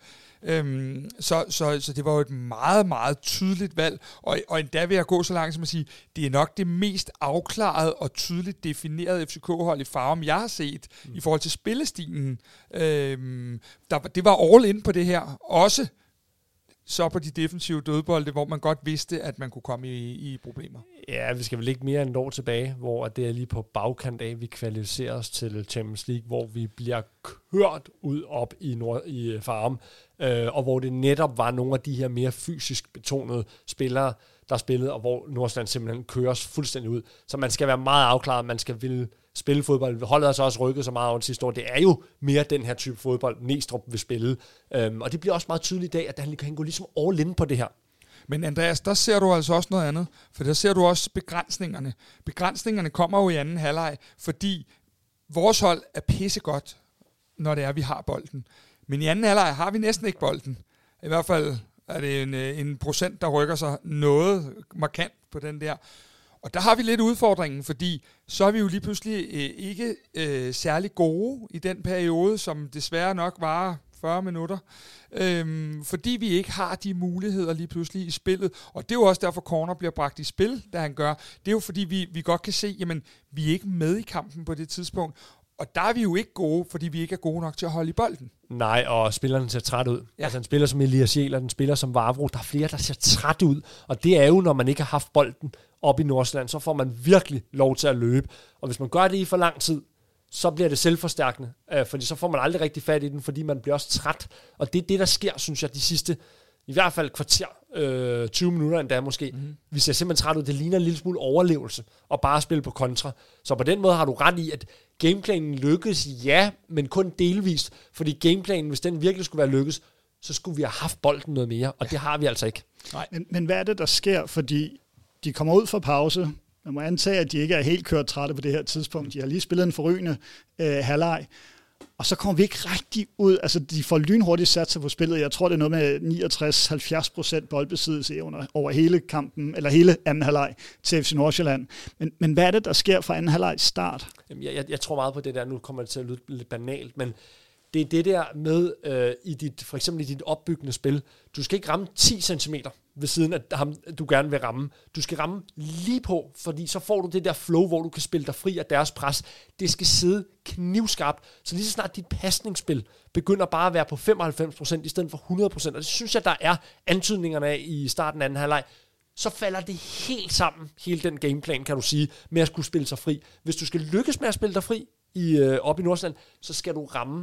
Så det var jo et meget, meget tydeligt valg, og endda vil jeg gå så langt som at sige, det er nok det mest afklarede og tydeligt definerede FCK-hold i Farum, jeg har set i forhold til spillestilen. Det var all in på det her, også så på de defensive dødbolde, hvor man godt vidste, at man kunne komme i problemer. Ja, vi skal vel ikke mere end et år tilbage, hvor det er lige på bagkant af, vi kvalificerer os til Champions League, hvor vi bliver kørt ud op i Farum, og hvor det netop var nogle af de her mere fysisk betonede spillere, der spillede, og hvor Nordsjælland simpelthen køres fuldstændig ud. Så man skal være meget afklaret, man skal ville spille fodbold. Holdet har så også rykket så meget over det sidste år. Det er jo mere den her type fodbold, Næstrup vil spille. Og det bliver også meget tydeligt i dag, at han kan gå ligesom all in på det her. Men Andreas, der ser du altså også noget andet, for der ser du også begrænsningerne. Begrænsningerne kommer jo i anden halvleg, fordi vores hold er pissegodt, når det er, vi har bolden. Men i anden halvleg har vi næsten ikke bolden. I hvert fald er det en procent, der rykker sig noget markant på den der. Og der har vi lidt udfordringen, fordi så er vi jo lige pludselig ikke særlig gode i den periode, som desværre nok varer 40 minutter. Fordi vi ikke har de muligheder lige pludselig i spillet. Og det er jo også derfor, Corner bliver bragt i spil, da han gør. Det er jo fordi, vi godt kan se, jamen, vi er ikke med i kampen på det tidspunkt. Og der er vi jo ikke gode, fordi vi ikke er gode nok til at holde i bolden. Nej, og spilleren ser træt ud. Ja. Altså en spiller som Elias Jæler, en spiller som Vavro, der er flere, der ser træt ud. Og det er jo, når man ikke har haft bolden op i Nordsjælland, så får man virkelig lov til at løbe. Og hvis man gør det i for lang tid, så bliver det selvforstærkende. Fordi så får man aldrig rigtig fat i den, fordi man bliver også træt. Og det er det, der sker, synes jeg, de sidste, i hvert fald kvarter, 20 minutter endda måske. Vi ser simpelthen træt ud. Det ligner en lille smule overlevelse, og bare spille på kontra. Så på den måde har du ret i, at gameplanen lykkes, ja, men kun delvist. Fordi gameplanen, hvis den virkelig skulle være lykkes, så skulle vi have haft bolden noget mere, og det har vi altså ikke. Nej. Men hvad er det, der sker? Fordi de kommer ud fra pause. Man må antage, at de ikke er helt kørt trætte på det her tidspunkt. De har lige spillet en forrygende halvleg. Og så kommer vi ikke rigtig ud. Altså, de får lynhurtigt sat sig på spillet. Jeg tror, det er noget med 69-70% boldbesiddelse over hele kampen, eller hele anden halvleg til FC Nordsjælland. Men hvad er det, der sker fra anden halvleg start? Jamen, jeg tror meget på det der. Nu kommer det til at lyde lidt banalt, men det er det der med, for eksempel i dit opbyggende spil. Du skal ikke ramme 10 cm ved siden af ham, du gerne vil ramme. Du skal ramme lige på, fordi så får du det der flow, hvor du kan spille dig fri af deres pres. Det skal sidde knivskarpt. Så lige så snart dit pasningsspil begynder bare at være på 95% i stedet for 100%, og det synes jeg, der er antydningerne af i starten af anden halvleg, så falder det helt sammen, hele den gameplan, kan du sige, med at skulle spille sig fri. Hvis du skal lykkes med at spille dig fri op i Nordsjælland, så skal du ramme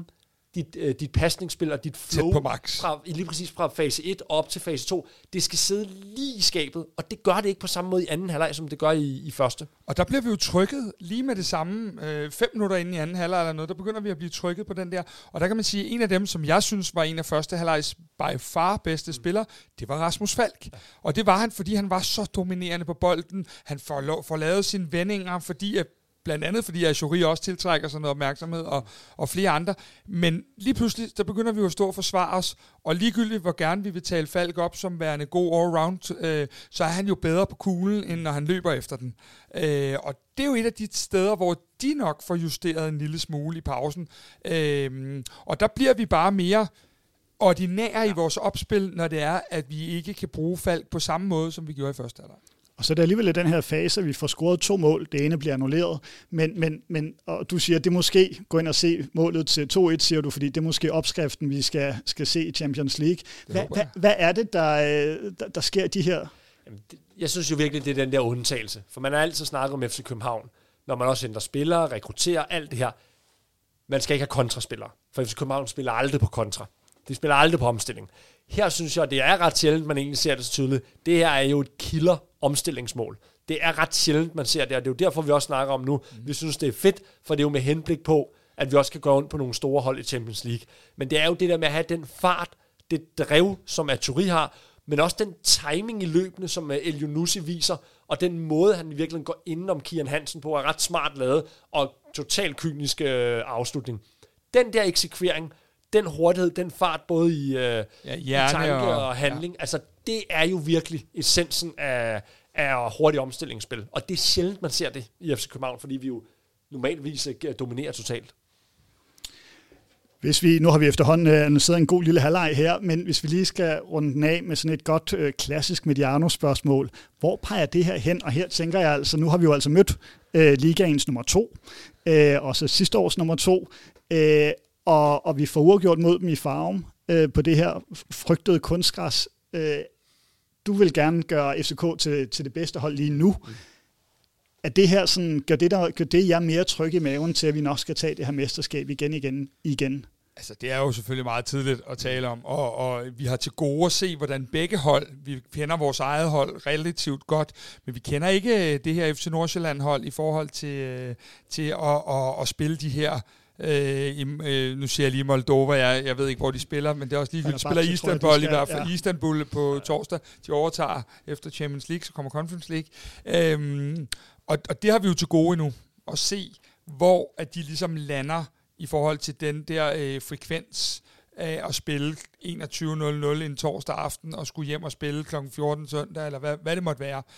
dit pasningsspil og dit flow lige præcis fra fase 1 op til fase 2, det skal sidde lige i skabet, og det gør det ikke på samme måde i anden halvleg, som det gør i første. Og der bliver vi jo trykket lige med det samme 5 minutter inden i anden halvleg eller noget, der begynder vi at blive trykket på den der, og der kan man sige, en af dem, som jeg synes var en af første halvlegs by far bedste spiller, det var Rasmus Falk. Ja. Og det var han, fordi han var så dominerende på bolden, han får lavet sine vendinger, fordi at blandt andet fordi Ajuri også tiltrækker sådan noget opmærksomhed, og flere andre. Men lige pludselig, der begynder vi jo at stå og forsvare os, og ligegyldigt hvor gerne vi vil tale Falk op som værende god all-round, så er han jo bedre på kuglen, end når han løber efter den. Og det er jo et af de steder, hvor de nok får justeret en lille smule i pausen. Og der bliver vi bare mere ordinære i vores opspil, når det er, at vi ikke kan bruge Falk på samme måde, som vi gjorde i første halvleg. Og så er det alligevel i den her fase, at vi får scoret 2 mål. Det ene bliver annulleret. Men og du siger, at det måske gå ind og se målet til 2-1, siger du, fordi det er måske opskriften, vi skal se i Champions League. Hvad er det, der sker i de her? Jeg synes jo virkelig, det er den der undtagelse. For man har altid snakket om FC København, når man også henter spillere, rekrutterer, alt det her. Man skal ikke have kontraspillere, for FC København spiller aldrig på kontra. De spiller aldrig på omstilling. Her synes jeg, det er ret sjældent, man egentlig ser det så tydeligt. Det her er jo et killer omstillingsmål. Det er ret sjældent, man ser det, og det er jo derfor, vi også snakker om nu. Vi synes, det er fedt, for det er jo med henblik på, at vi også kan gå rundt på nogle store hold i Champions League. Men det er jo det der med at have den fart, det drev, som Ajuri har, men også den timing i løbende, som El Yunusi viser, og den måde, han virkelig går indenom Kian Hansen på, er ret smart lavet, og totalt kynisk afslutning. Den der eksekvering, den hurtighed, den fart, både i tanke og handling, altså det er jo virkelig essensen af hurtig omstillingsspil. Og det er sjældent, man ser det i FC København, fordi vi jo normalvis dominerer totalt. Nu har vi efterhånden analyseret en god lille halvleg her, men hvis vi lige skal runde den af med sådan et godt klassisk Mediano-spørgsmål, hvor peger det her hen? Og her tænker jeg altså, nu har vi jo altså mødt ligaens nummer 2, og så sidste års nummer 2, og vi får uafgjort mod dem i Farum på det her frygtede kunstgræs. Du vil gerne gøre FCK til det bedste hold lige nu. Er det her sådan, gør det jer mere tryg i maven til, at vi nok skal tage det her mesterskab igen? Altså, det er jo selvfølgelig meget tidligt at tale om, og vi har til gode at se, hvordan begge hold, vi kender vores eget hold relativt godt, men vi kender ikke det her FC Nordsjælland-hold i forhold til at spille de her. Nu siger jeg lige Moldova, jeg ved ikke, hvor de spiller, men det er også ligegyldigt. De spiller Istanbul i hvert fald. Ja. Istanbul på torsdag. De overtager efter Champions League, så kommer Conference League. Og det har vi jo til gode nu, at se, hvor at de ligesom lander i forhold til den der frekvens af at spille 21:00 en torsdag aften, og skulle hjem og spille kl. 14 søndag, eller hvad det måtte være.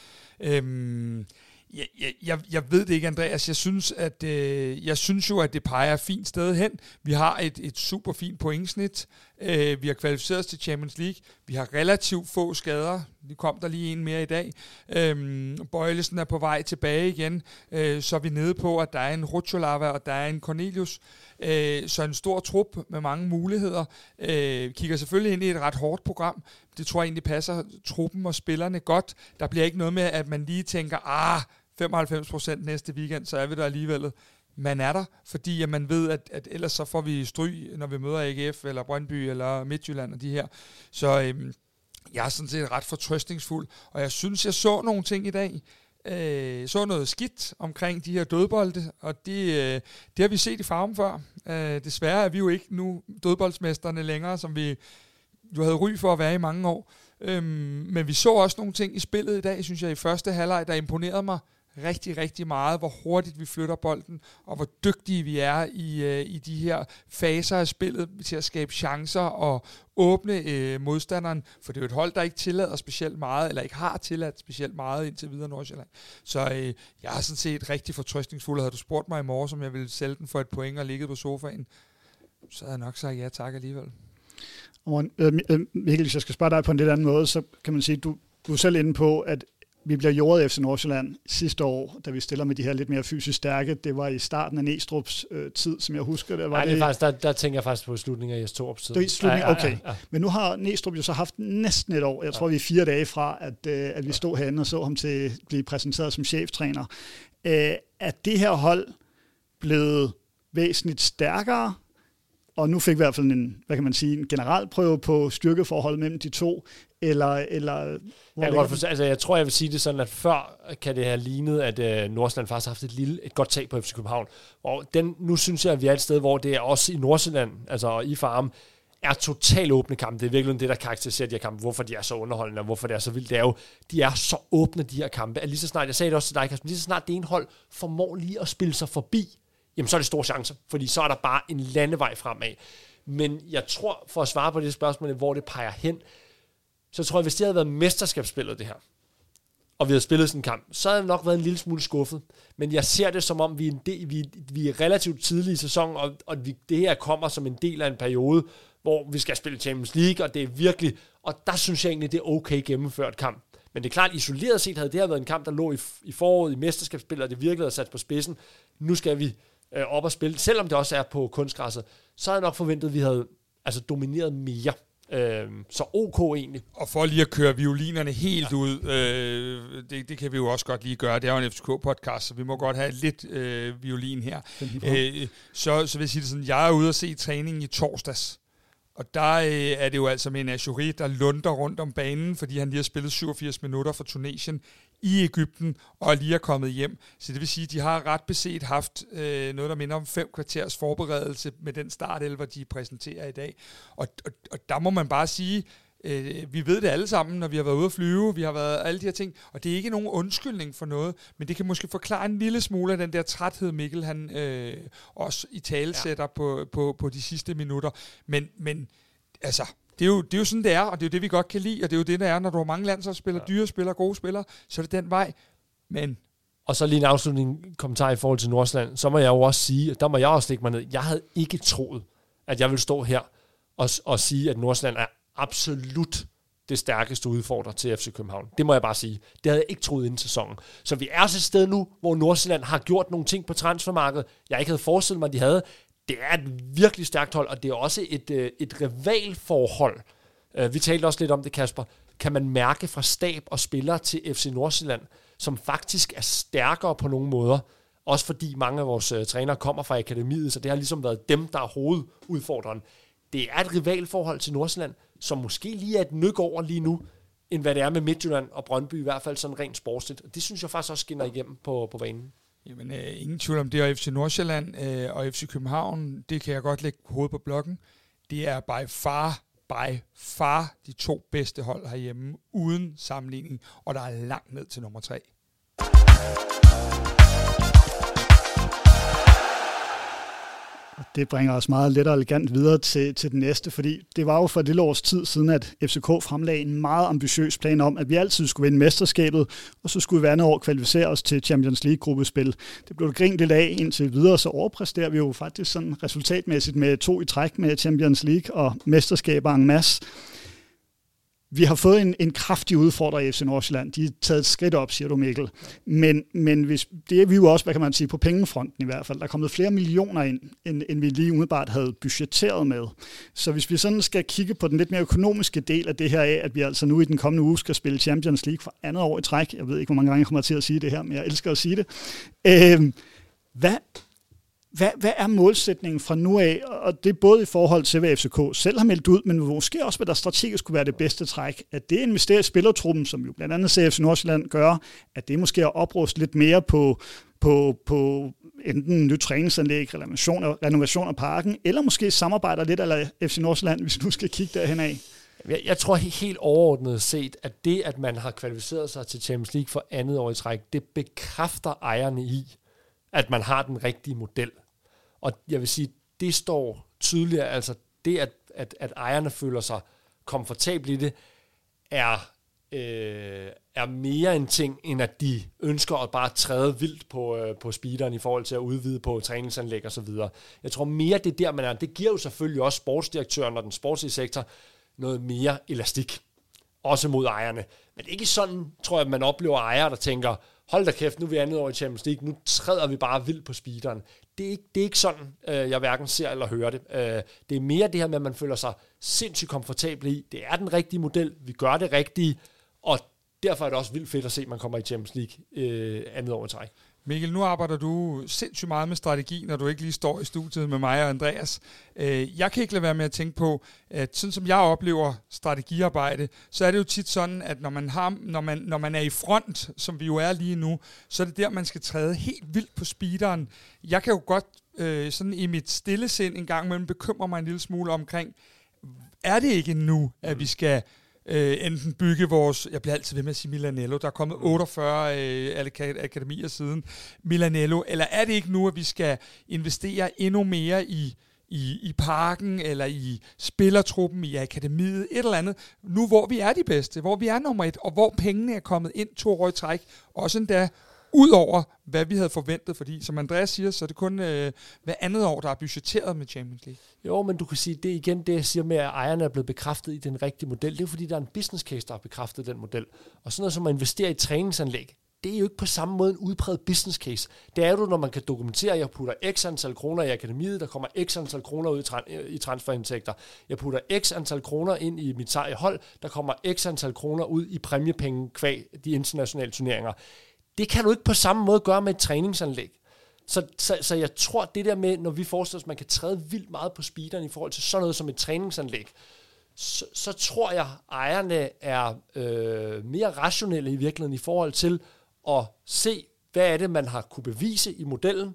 Jeg ved det ikke, Andreas. Jeg synes jo, at det peger et fint sted hen. Vi har et super fint pointsnit. Vi har kvalificeret os til Champions League. Vi har relativt få skader. Det kom der lige en mere i dag. Bøjlesen er på vej tilbage igen. Så er vi nede på, at der er en Rucholava, og der er en Cornelius. Så en stor trup med mange muligheder. Kigger selvfølgelig ind i et ret hårdt program. Det tror jeg egentlig passer truppen og spillerne godt. Der bliver ikke noget med, at man lige tænker, 95% næste weekend, så er vi der alligevel. Man er der, fordi at man ved, at ellers så får vi stryg, når vi møder AGF, eller Brøndby, eller Midtjylland og de her. Så jeg er sådan set ret fortrøstningsfuld, og jeg synes, jeg så nogle ting i dag. Så noget skidt omkring de her dødbolde, og det har vi set i Farum før. Desværre er vi jo ikke nu dødboldsmesterne længere, som vi jo havde ry for at være i mange år. Men vi så også nogle ting i spillet i dag, synes jeg, i første halvleg, der imponerede mig rigtig, rigtig meget, hvor hurtigt vi flytter bolden, og hvor dygtige vi er i de her faser af spillet til at skabe chancer og åbne modstanderen, for det er jo et hold, der ikke tillader specielt meget, eller ikke har tilladt specielt meget indtil videre Nordsjælland. Så jeg er sådan set rigtig fortrøstningsfuld. Havde du spurgt mig i morgen, om jeg ville sælge den for et point og ligget på sofaen, så havde jeg nok sagt ja tak alligevel. Mikkel, hvis jeg skal spørge dig på en lidt anden måde, så kan man sige, du er selv inde på, at vi bliver jordet efter Nordsjælland sidste år, da vi stiller med de her lidt mere fysisk stærke. Det var i starten af Næstrup's tid, som jeg husker. Det er faktisk, der tænker jeg faktisk på slutningen af Jes-Torps tid. Det er slutningen, okay. Ja. Men nu har Næstrup jo så haft næsten et år. Jeg tror, vi er 4 dage fra, at vi stod herinde og så ham til at blive præsenteret som cheftræner. Er det her hold blevet væsentligt stærkere? Og nu fik vi i hvert fald en generalprøve på styrkeforholdet mellem de to, jeg tror, jeg vil sige det sådan, at før kan det have lignet, at Nordsjælland faktisk har haft et godt tag på FC København. Og nu synes jeg, at vi er et sted, hvor det er også i Nordsjælland, altså i Farum, er totalt åbne kampe. Det er virkelig det, der karakteriserer de her kampe, hvorfor de er så underholdende, og hvorfor det er så vildt. Det er jo, de er så åbne, de her kampe, at lige så snart, jeg sagde det også til dig, Kasper, lige så snart det ene hold formår lige at spille sig forbi, jamen så er det store chancer, fordi så er der bare en landevej fremad. Men jeg tror, for at svare på det spørgsmål, hvor det peger hen, så tror jeg, hvis det havde været mesterskabsspillet det her, og vi havde spillet sådan en kamp, så havde det nok været en lille smule skuffet. Men jeg ser det som om, vi er relativt tidlige i sæsonen, og det her kommer som en del af en periode, hvor vi skal spille Champions League, og det er virkelig, og der synes jeg egentlig, det er okay gennemført kamp. Men det er klart, isoleret set havde det her været en kamp, der lå i foråret i mesterskabsspillet, og det virkelig havde sat på spidsen. Nu skal vi op og spille, selvom det også er på kunstgræsset, så havde jeg nok forventet, at vi havde domineret mere. Så OK egentlig. Og for lige at køre violinerne helt ud, det kan vi jo også godt lige gøre. Det er jo en FCK-podcast, så vi må godt have lidt violin her. Så vil jeg sige det sådan, jeg er ude og se træningen i torsdags. Og der er det jo altså med en Achouri, der lunder rundt om banen, fordi han lige har spillet 87 minutter for Tunesien i Egypten, og lige er kommet hjem. Så det vil sige, at de har ret beset haft noget, der minder om 5 kvarters forberedelse med den startelver, de præsenterer i dag. Og der må man bare sige, vi ved det alle sammen, når vi har været ude at flyve, vi har været alle de her ting, og det er ikke nogen undskyldning for noget, men det kan måske forklare en lille smule af den der træthed, Mikkel han også i tale sætter på de sidste minutter. Men altså, det er jo sådan, det er, og det er jo det, vi godt kan lide, og det er jo det, der er, når du har mange landsholdsspillere, dyre spillere, gode spillere, så er det den vej. Men... Og så lige en afslutning kommentar i forhold til Nordsjælland, så må jeg jo også sige, der må jeg også stikke mig ned. Jeg havde ikke troet, at jeg ville stå her og sige, at Nordsjælland er absolut det stærkeste udfordrer til FC København. Det må jeg bare sige. Det havde jeg ikke troet inden sæsonen. Så vi er også et sted nu, hvor Nordsjælland har gjort nogle ting på transfermarkedet, jeg ikke havde forestillet mig, de havde. Det er et virkelig stærkt hold, og det er også et rivalforhold. Vi talte også lidt om det, Kasper. Kan man mærke fra stab og spillere til FC Nordsjælland, som faktisk er stærkere på nogle måder, også fordi mange af vores trænere kommer fra akademiet, så det har ligesom været dem, der er hovedudfordreren. Det er et rivalforhold til Nordsjælland, som måske lige er et nyk over lige nu, end hvad det er med Midtjylland og Brøndby, i hvert fald sådan rent sportsligt. Det synes jeg faktisk også skinner igennem på banen. Jamen, ingen tvivl om det, og FC Nordsjælland og FC København, det kan jeg godt lægge hovedet på blokken. Det er by far de 2 bedste hold herhjemme, uden sammenligning, og der er langt ned til nummer 3. Det bringer os meget let og elegant videre til den næste, fordi det var jo for et lille års tid siden, at FCK fremlagde en meget ambitiøs plan om, at vi altid skulle vinde mesterskabet, og så skulle vi hver andet år kvalificere os til Champions League-gruppespil. Det blev grint lidt af indtil videre, så overpræsterer vi jo faktisk sådan resultatmæssigt med 2 i træk med Champions League og mesterskaber en masse. Vi har fået en kraftig udfordrer i FC Nordsjælland. De er taget et skridt op, siger du, Mikkel. Men hvis, det er vi jo også, hvad kan man sige, på pengefronten i hvert fald. Der er kommet flere millioner ind, end vi lige umiddelbart havde budgetteret med. Så hvis vi sådan skal kigge på den lidt mere økonomiske del af det her af, at vi altså nu i den kommende uge skal spille Champions League for andet år i træk. Jeg ved ikke, hvor mange gange jeg kommer til at sige det her, men jeg elsker at sige det. Hvad er målsætningen fra nu af? Og det er både i forhold til, hvad FCK selv har meldt ud, men måske også, hvad der strategisk kunne være det bedste træk. At det investerer i spillertruppen, som jo blandt andet CF Nordsjælland gør, at det måske er opruste lidt mere på enten nyt træningsanlæg, renovation af parken, eller måske samarbejder lidt af FC Nordsjælland, hvis vi nu skal kigge derhen af. Jeg tror helt overordnet set, at det, at man har kvalificeret sig til Champions League for andet år i træk, det bekræfter ejerne i, at man har den rigtige model. Og jeg vil sige, det står tydeligt, altså det, at ejerne føler sig komfortable i det, er mere en ting, end at de ønsker at bare træde vildt på speederen i forhold til at udvide på træningsanlæg og så videre. Jeg tror mere, det er der, man er. Det giver jo selvfølgelig også sportsdirektøren og den sportslige sektor noget mere elastik, også mod ejerne. Men ikke sådan, tror jeg, at man oplever ejere, der tænker, hold da kæft, nu er vi andet år i Champions League, nu træder vi bare vildt på speederen. Det er ikke sådan, jeg hverken ser eller hører det. Det er mere det her med, at man føler sig sindssygt komfortabel i. Det er den rigtige model, vi gør det rigtige, og derfor er det også vildt fedt at se, at man kommer i Champions League andet år i træk. Mikkel, nu arbejder du sindssygt meget med strategi, når du ikke lige står i studiet med mig og Andreas. Jeg kan ikke lade være med at tænke på, at sådan som jeg oplever strategiarbejde, så er det jo tit sådan, at når man er i front, som vi jo er lige nu, så er det der, man skal træde helt vildt på speederen. Jeg kan jo godt sådan i mit stille sind en gang imellem bekymre mig en lille smule omkring, er det ikke nu, at vi skal enten bygge vores, jeg bliver altid ved med at sige Milanello, der er kommet 48 akademier siden Milanello, eller er det ikke nu, at vi skal investere endnu mere i parken, eller i spillertruppen, i akademiet, et eller andet, nu hvor vi er de bedste, hvor vi er nummer 1, og hvor pengene er kommet ind 2 år i træk, også endda ud over, hvad vi havde forventet, fordi som Andreas siger, så er det kun hver andet år, der er budgetteret med Champions League. Jo, men du kan sige, det er igen det, jeg siger med, at ejerne er blevet bekræftet i den rigtige model. Det er fordi, der er en business case, der har bekræftet den model. Og sådan noget som at investere i træningsanlæg, det er jo ikke på samme måde en udpræget business case. Det er jo, når man kan dokumentere, at jeg putter x antal kroner i akademiet, der kommer x antal kroner ud i transferindtægter. Jeg putter x antal kroner ind i mit hold, der kommer x antal kroner ud i præmiepenge kvæg de internationale turneringer. Det kan du ikke på samme måde gøre med et træningsanlæg. Så jeg tror, det der med, når vi forestiller os, at man kan træde vildt meget på speederen i forhold til sådan noget som et træningsanlæg, så tror jeg, at ejerne er mere rationelle i virkeligheden i forhold til at se, hvad er det, man har kunne bevise i modellen,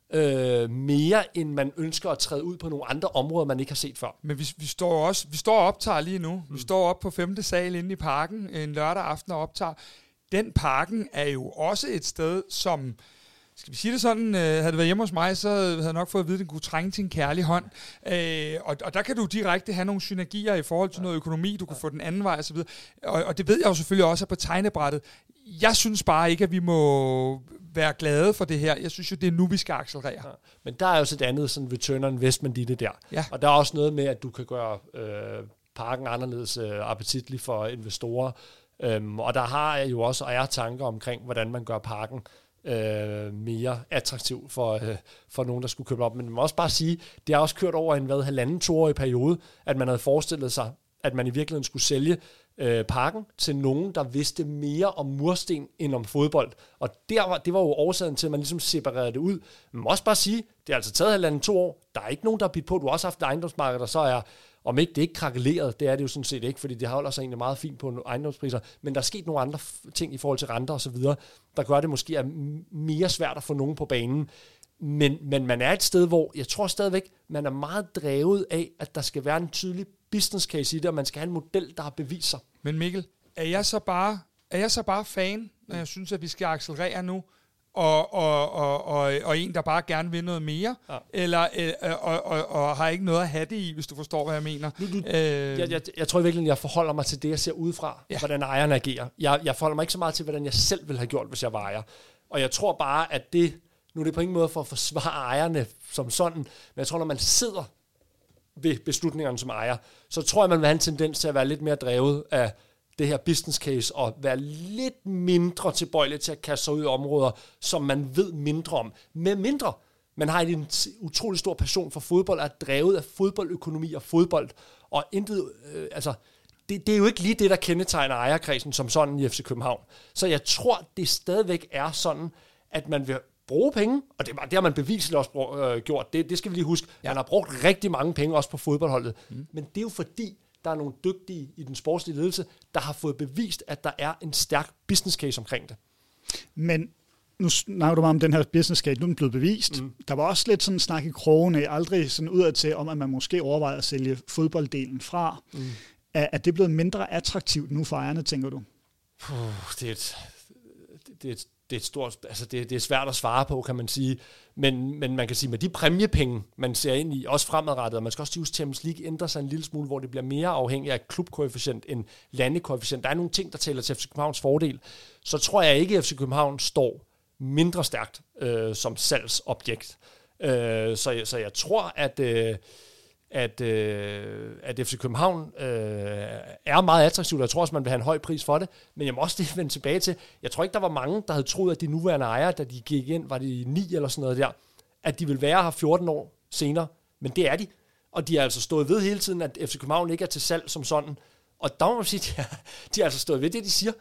mere end man ønsker at træde ud på nogle andre områder, man ikke har set før. Men vi står og optager lige nu. Vi står op på 5. sal inde i parken en lørdag aften og optager. Den parken er jo også et sted, som, skal vi sige det sådan, havde det været hjemme hos mig, så havde jeg nok fået at vide, at den kunne trænge til en kærlig hånd. Og der kan du direkte have nogle synergier i forhold til noget økonomi, du kan få den anden vej osv. Og det ved jeg jo selvfølgelig også er på tegnebrættet. Jeg synes bare ikke, at vi må være glade for det her. Jeg synes jo, det er nu, vi skal accelerere. Ja. Men der er jo også et andet sådan return on investment i det der. Ja. Og der er også noget med, at du kan gøre parken anderledes appetitlig for investorer. Og der har jeg jo også tanker omkring, hvordan man gør parken mere attraktiv for nogen, der skulle købe op. Men man må også bare sige, det har også kørt over en 1,5-2-årig periode, at man havde forestillet sig, at man i virkeligheden skulle sælge parken til nogen, der vidste mere om mursten end om fodbold. Og det var jo årsagen til, at man ligesom separerede det ud. Man må også bare sige, det har altså taget 1,5-2 år. Der er ikke nogen, der har bidt på. Du har også haft et ejendomsmarked, der så er, om ikke det ikke krakeleret, det er det jo sådan set ikke, fordi det holder sig egentlig meget fint på ejendomspriser, men der er sket nogle andre ting i forhold til renter og så videre, der gør det måske er mere svært at få nogen på banen. Men man er et sted, hvor jeg tror stadigvæk, man er meget drevet af, at der skal være en tydelig business case i det, og man skal have en model, der har bevist sig. Men Mikkel, er jeg så bare fan, når jeg synes, at vi skal accelerere nu, og en, der bare gerne vil noget mere, ja. Eller og har ikke noget at have det i, hvis du forstår, hvad jeg mener. Jeg tror virkelig, jeg forholder mig til det, jeg ser udefra, hvordan ejerne agerer. Jeg forholder mig ikke så meget til, hvordan jeg selv ville have gjort, hvis jeg var ejer. Og jeg tror bare, at nu er det på ingen måde for at forsvare ejerne som sådan, men jeg tror, når man sidder ved beslutningerne som ejer, så tror jeg, man vil have en tendens til at være lidt mere drevet af det her business case, og være lidt mindre tilbøjelig til at kaste sig ud i områder, som man ved mindre om. Med mindre, man har en utrolig stor passion for fodbold, er drevet af fodboldøkonomi og fodbold, og intet, det er jo ikke lige det, der kendetegner ejerkredsen som sådan i FC København. Så jeg tror, det stadigvæk er sådan, at man vil bruge penge, og det har man beviseligt også gjort, det skal vi lige huske. Ja. Man har brugt rigtig mange penge også på fodboldholdet, men det er jo fordi, der er nogle dygtige i den sportslige ledelse, der har fået bevist, at der er en stærk business case omkring det. Men nu snakker du meget om den her business case, nu er den blevet bevist. Der var også lidt sådan en snak i krogene, aldrig sådan udad til, om at man måske overvejer at sælge fodbolddelen fra. Er det blevet mindre attraktivt nu for ejerne, tænker du? Det er et stort, det er svært at svare på, kan man sige. Men man kan sige, med de præmiepenge, man ser ind i, også fremadrettet, og man skal også huske, Champions League ændrer sig en lille smule, hvor det bliver mere afhængigt af klubkoefficient end landekoefficient. Der er nogle ting, der taler til FC Københavns fordel. Så tror jeg ikke, at FC København står mindre stærkt som salgsobjekt. Så jeg tror, at FC København er meget attraktivt, og jeg tror også, man vil have en høj pris for det, men jeg må også lige vende tilbage til, jeg tror ikke, der var mange, der havde troet, at de nuværende ejere, da de gik ind, var de 9 eller sådan noget der, at de ville være her 14 år senere, men det er de, og de har altså stået ved hele tiden, at FC København ikke er til salg som sådan, og der må man sige, de har altså stået ved det, de siger.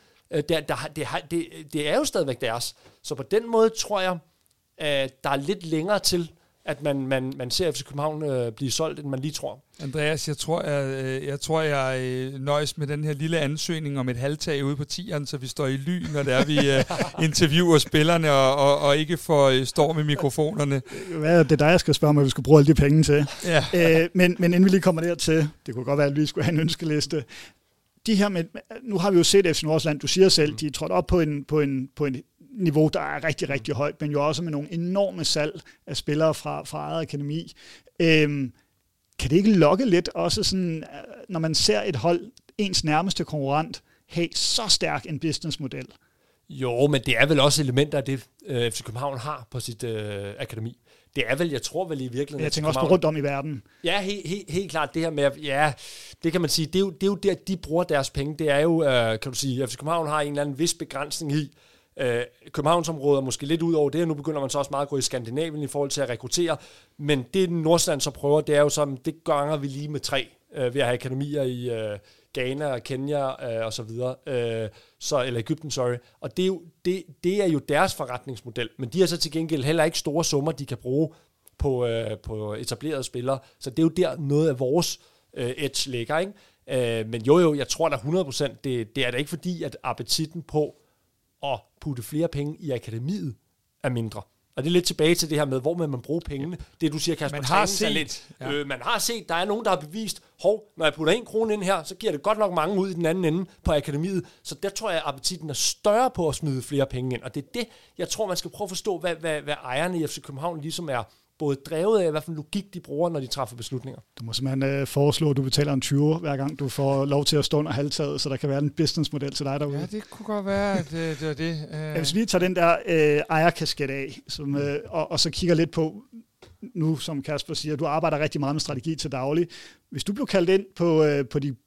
Det er jo stadigvæk deres, så på den måde tror jeg, at der er lidt længere til, at man ser FC København blive solgt, end man lige tror. Andreas, jeg tror, jeg nøjes med den her lille ansøgning om et halvtag ude på 10'eren, så vi står i ly, når det er, vi interviewer spillerne og ikke står med mikrofonerne. Hvad er det dig, jeg skal spørge mig, at vi skal bruge alle de penge til? Ja. Men inden vi lige kommer dertil, det kunne godt være, at vi skulle have en ønskeliste. De her med, nu har vi jo set FC Nordsjælland, du siger selv, de er trådt op på en niveau, der er rigtig, rigtig højt, men jo også med nogle enorme salg af spillere fra eget akademi. Kan det ikke lokke lidt også sådan, når man ser et hold, ens nærmeste konkurrent, have så stærk en businessmodel? Jo, men det er vel også elementer af det, FC København har på sit akademi. Det er vel, jeg tror vel i virkeligheden... Jeg tænker også på rundt om i verden. Ja, helt klart det her med, ja, det kan man sige, det er jo der, de bruger deres penge. Det er jo, kan du sige, FC København har en eller anden vis begrænsning i, Københavnsområdet er måske lidt ud over det, og nu begynder man så også meget at gå i Skandinavien i forhold til at rekruttere, men det Nordsjælland så prøver, det er jo som, det ganger vi lige med 3, ved at have akademier i Ghana, Kenya og så videre, eller Egypten, sorry, og det er jo deres forretningsmodel, men de har så til gengæld heller ikke store summer, de kan bruge på etablerede spillere, så det er jo der noget af vores edge ligger, ikke? Men jo, jeg tror da 100%, det er da ikke fordi, at appetitten på at putte flere penge i akademiet er mindre. Og det er lidt tilbage til det her med, hvor man bruger pengene. Det du siger, Kasper, man har set lidt. Ja. Man har set, der er nogen, der har bevist, når jeg putter 1 krone ind her, så giver det godt nok mange ud i den anden ende på akademiet. Så der tror jeg, at appetitten er større på at smide flere penge ind. Og det er det, jeg tror, man skal prøve at forstå, hvad ejerne i FC København ligesom er både drevet af, hvad for en logik de bruger, når de træffer beslutninger. Du må simpelthen foreslå, at du betaler en 20 hver gang du får lov til at stå under halvtaget, så der kan være en businessmodel til dig derude. Ja, det kunne godt være, at det er det. Hvis vi lige tager den der ejerkasket af, og så kigger lidt på, nu som Kasper siger, du arbejder rigtig meget med strategi til daglig. Hvis du blev kaldt ind på de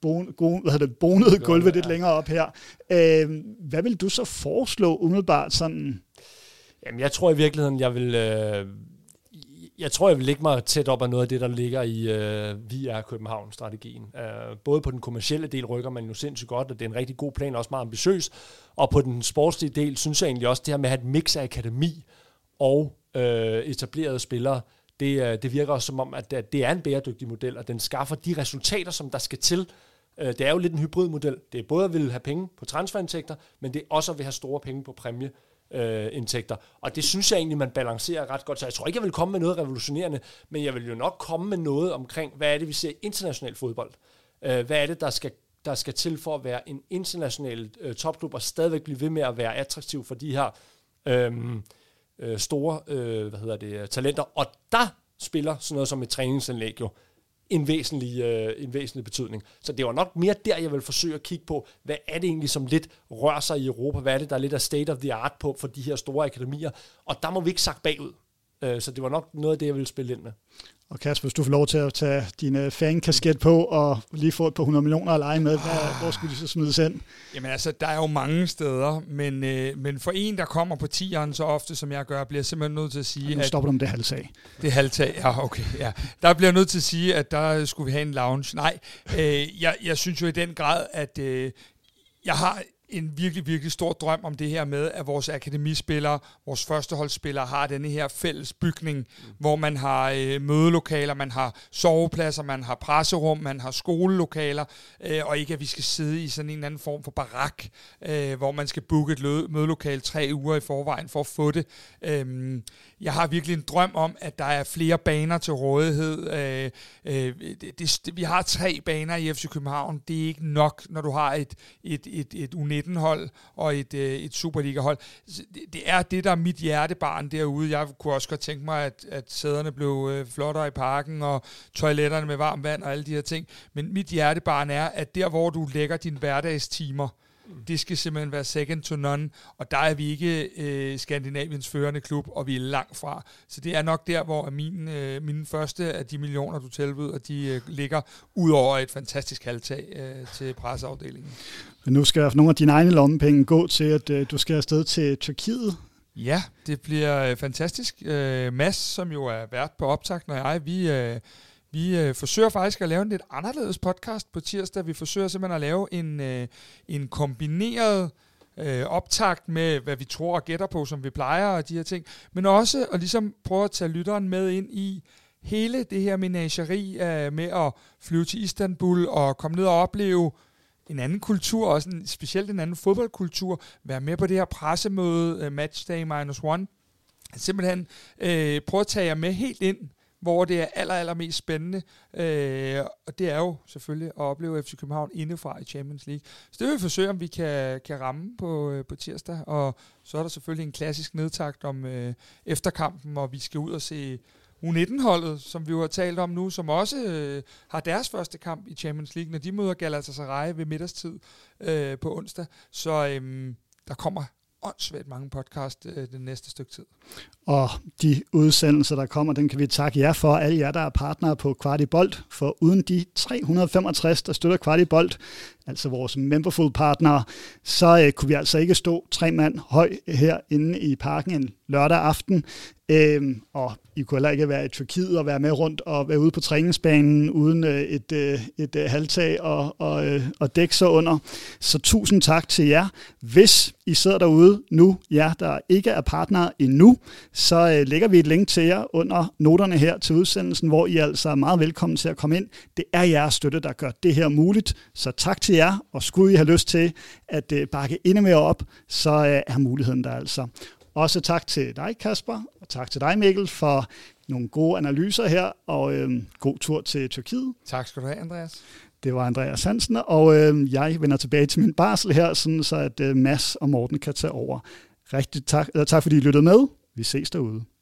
bonede gulve lidt længere op her, hvad vil du så foreslå umiddelbart sådan? Jamen, jeg tror i virkeligheden, jeg tror, jeg vil lægge mig tæt op af noget af det, der ligger i Vi er København-strategien. Både på den kommercielle del rykker man jo sindssygt godt, og det er en rigtig god plan, også meget ambitiøs. Og på den sportslige del, synes jeg egentlig også, det her med at have et mix af akademi og etablerede spillere, det virker også som om, at det er en bæredygtig model, og den skaffer de resultater, som der skal til. Det er jo lidt en hybridmodel. Det er både at ville have penge på transferindtægter, men det er også at vil have store penge på præmie. Indtægter. Og det synes jeg egentlig, man balancerer ret godt. Så jeg tror ikke, jeg vil komme med noget revolutionerende, men jeg vil jo nok komme med noget omkring, hvad er det, vi ser i international fodbold? Hvad er det, der skal til for at være en international topklub og stadigvæk blive ved med at være attraktiv for de her store talenter? Og der spiller sådan noget som et træningsanlæg jo en væsentlig betydning. Så det var nok mere der, jeg vil forsøge at kigge på, hvad er det egentlig, som lidt rører sig i Europa? Hvad er det, der er lidt af state of the art på for de her store akademier? Og der må vi ikke sakke bagud. Så det var nok noget af det, jeg ville spille ind med. Og Kasper, hvis du får lov til at tage din fan-kasket på og lige få et par 100 millioner at lege med, hvor skulle de så smides ind? Jamen altså, der er jo mange steder, men for en, der kommer på 10'eren så ofte, som jeg gør, bliver jeg simpelthen nødt til at sige... Nu stopper du om det halvtag. Det halvtag, ja, okay. Ja. Der bliver jeg nødt til at sige, at der skulle vi have en lounge. Nej, jeg synes jo i den grad, at jeg har en virkelig, virkelig stor drøm om det her med, at vores akademispillere, vores førsteholdsspillere har denne her fælles bygning, hvor man har mødelokaler, man har sovepladser, man har presserum, man har skolelokaler, og ikke at vi skal sidde i sådan en eller anden form for barak, hvor man skal booke et mødelokale 3 uger i forvejen for at få det. Jeg har virkelig en drøm om, at der er flere baner til rådighed. Vi har 3 baner i FC København. Det er ikke nok, når du har et U19-hold og et Superliga-hold. Det er det, der er mit hjertebarn derude. Jeg kunne også godt tænke mig, at sæderne blev flottere i parken, og toiletterne med varmt vand og alle de her ting. Men mit hjertebarn er, at der, hvor du lægger dine hverdagstimer, det skal simpelthen være second to none, og der er vi ikke Skandinaviens førende klub, og vi er langt fra. Så det er nok der, hvor mine første af de millioner, du tilbyder, de ligger ud over et fantastisk halvtag til presseafdelingen. Men nu skal nogle af dine egne lommepenge gå til, at du skal afsted til Tyrkiet. Ja, det bliver fantastisk. Mads, som jo er vært på Optakten, og jeg, vi forsøger faktisk at lave en lidt anderledes podcast på tirsdag. Vi forsøger simpelthen at lave en kombineret optakt med, hvad vi tror og gætter på, som vi plejer, og de her ting, men også at ligesom prøve at tage lytteren med ind i hele det her menageri med at flyve til Istanbul og komme ned og opleve en anden kultur, også specielt en anden fodboldkultur, være med på det her pressemøde, Matchday -1, simpelthen prøve at tage jer med helt ind, hvor det er allermest spændende, og det er jo selvfølgelig at opleve FC København indefra i Champions League. Så det vil vi forsøge, om vi kan ramme på tirsdag, og så er der selvfølgelig en klassisk nedtakt om efterkampen, og vi skal ud og se U19-holdet, som vi jo har talt om nu, som også har deres første kamp i Champions League, når de møder Galatasaray ved middagstid på onsdag. Så der kommer åndssvagt mange podcast den næste stykke tid. Og de udsendelser, der kommer, den kan vi takke jer for, alle jer, der er partnere på Kvartibolt, for uden de 365, der støtter Kvartibolt, altså vores memberful-partnere, så kunne vi altså ikke stå 3 mand høj herinde i parken en lørdag aften, og I kunne heller ikke være i Tyrkiet og være med rundt og være ude på træningsbanen uden et halvtag og dæk så under. Så tusind tak til jer. Hvis I sidder derude nu, jer der ikke er partnere endnu, så lægger vi et link til jer under noterne her til udsendelsen, hvor I altså er meget velkommen til at komme ind. Det er jeres støtte, der gør det her muligt, så tak til jer, og skulle I have lyst til at bakke endnu mere op, så er muligheden der altså. Også tak til dig, Kasper, og tak til dig, Mikkel, for nogle gode analyser her, og god tur til Tyrkiet. Tak skal du have, Andreas. Det var Andreas Hansen, og jeg vender tilbage til min barsel her, sådan så at Mads og Morten kan tage over. Rigtig tak fordi I lyttede med. Vi ses derude.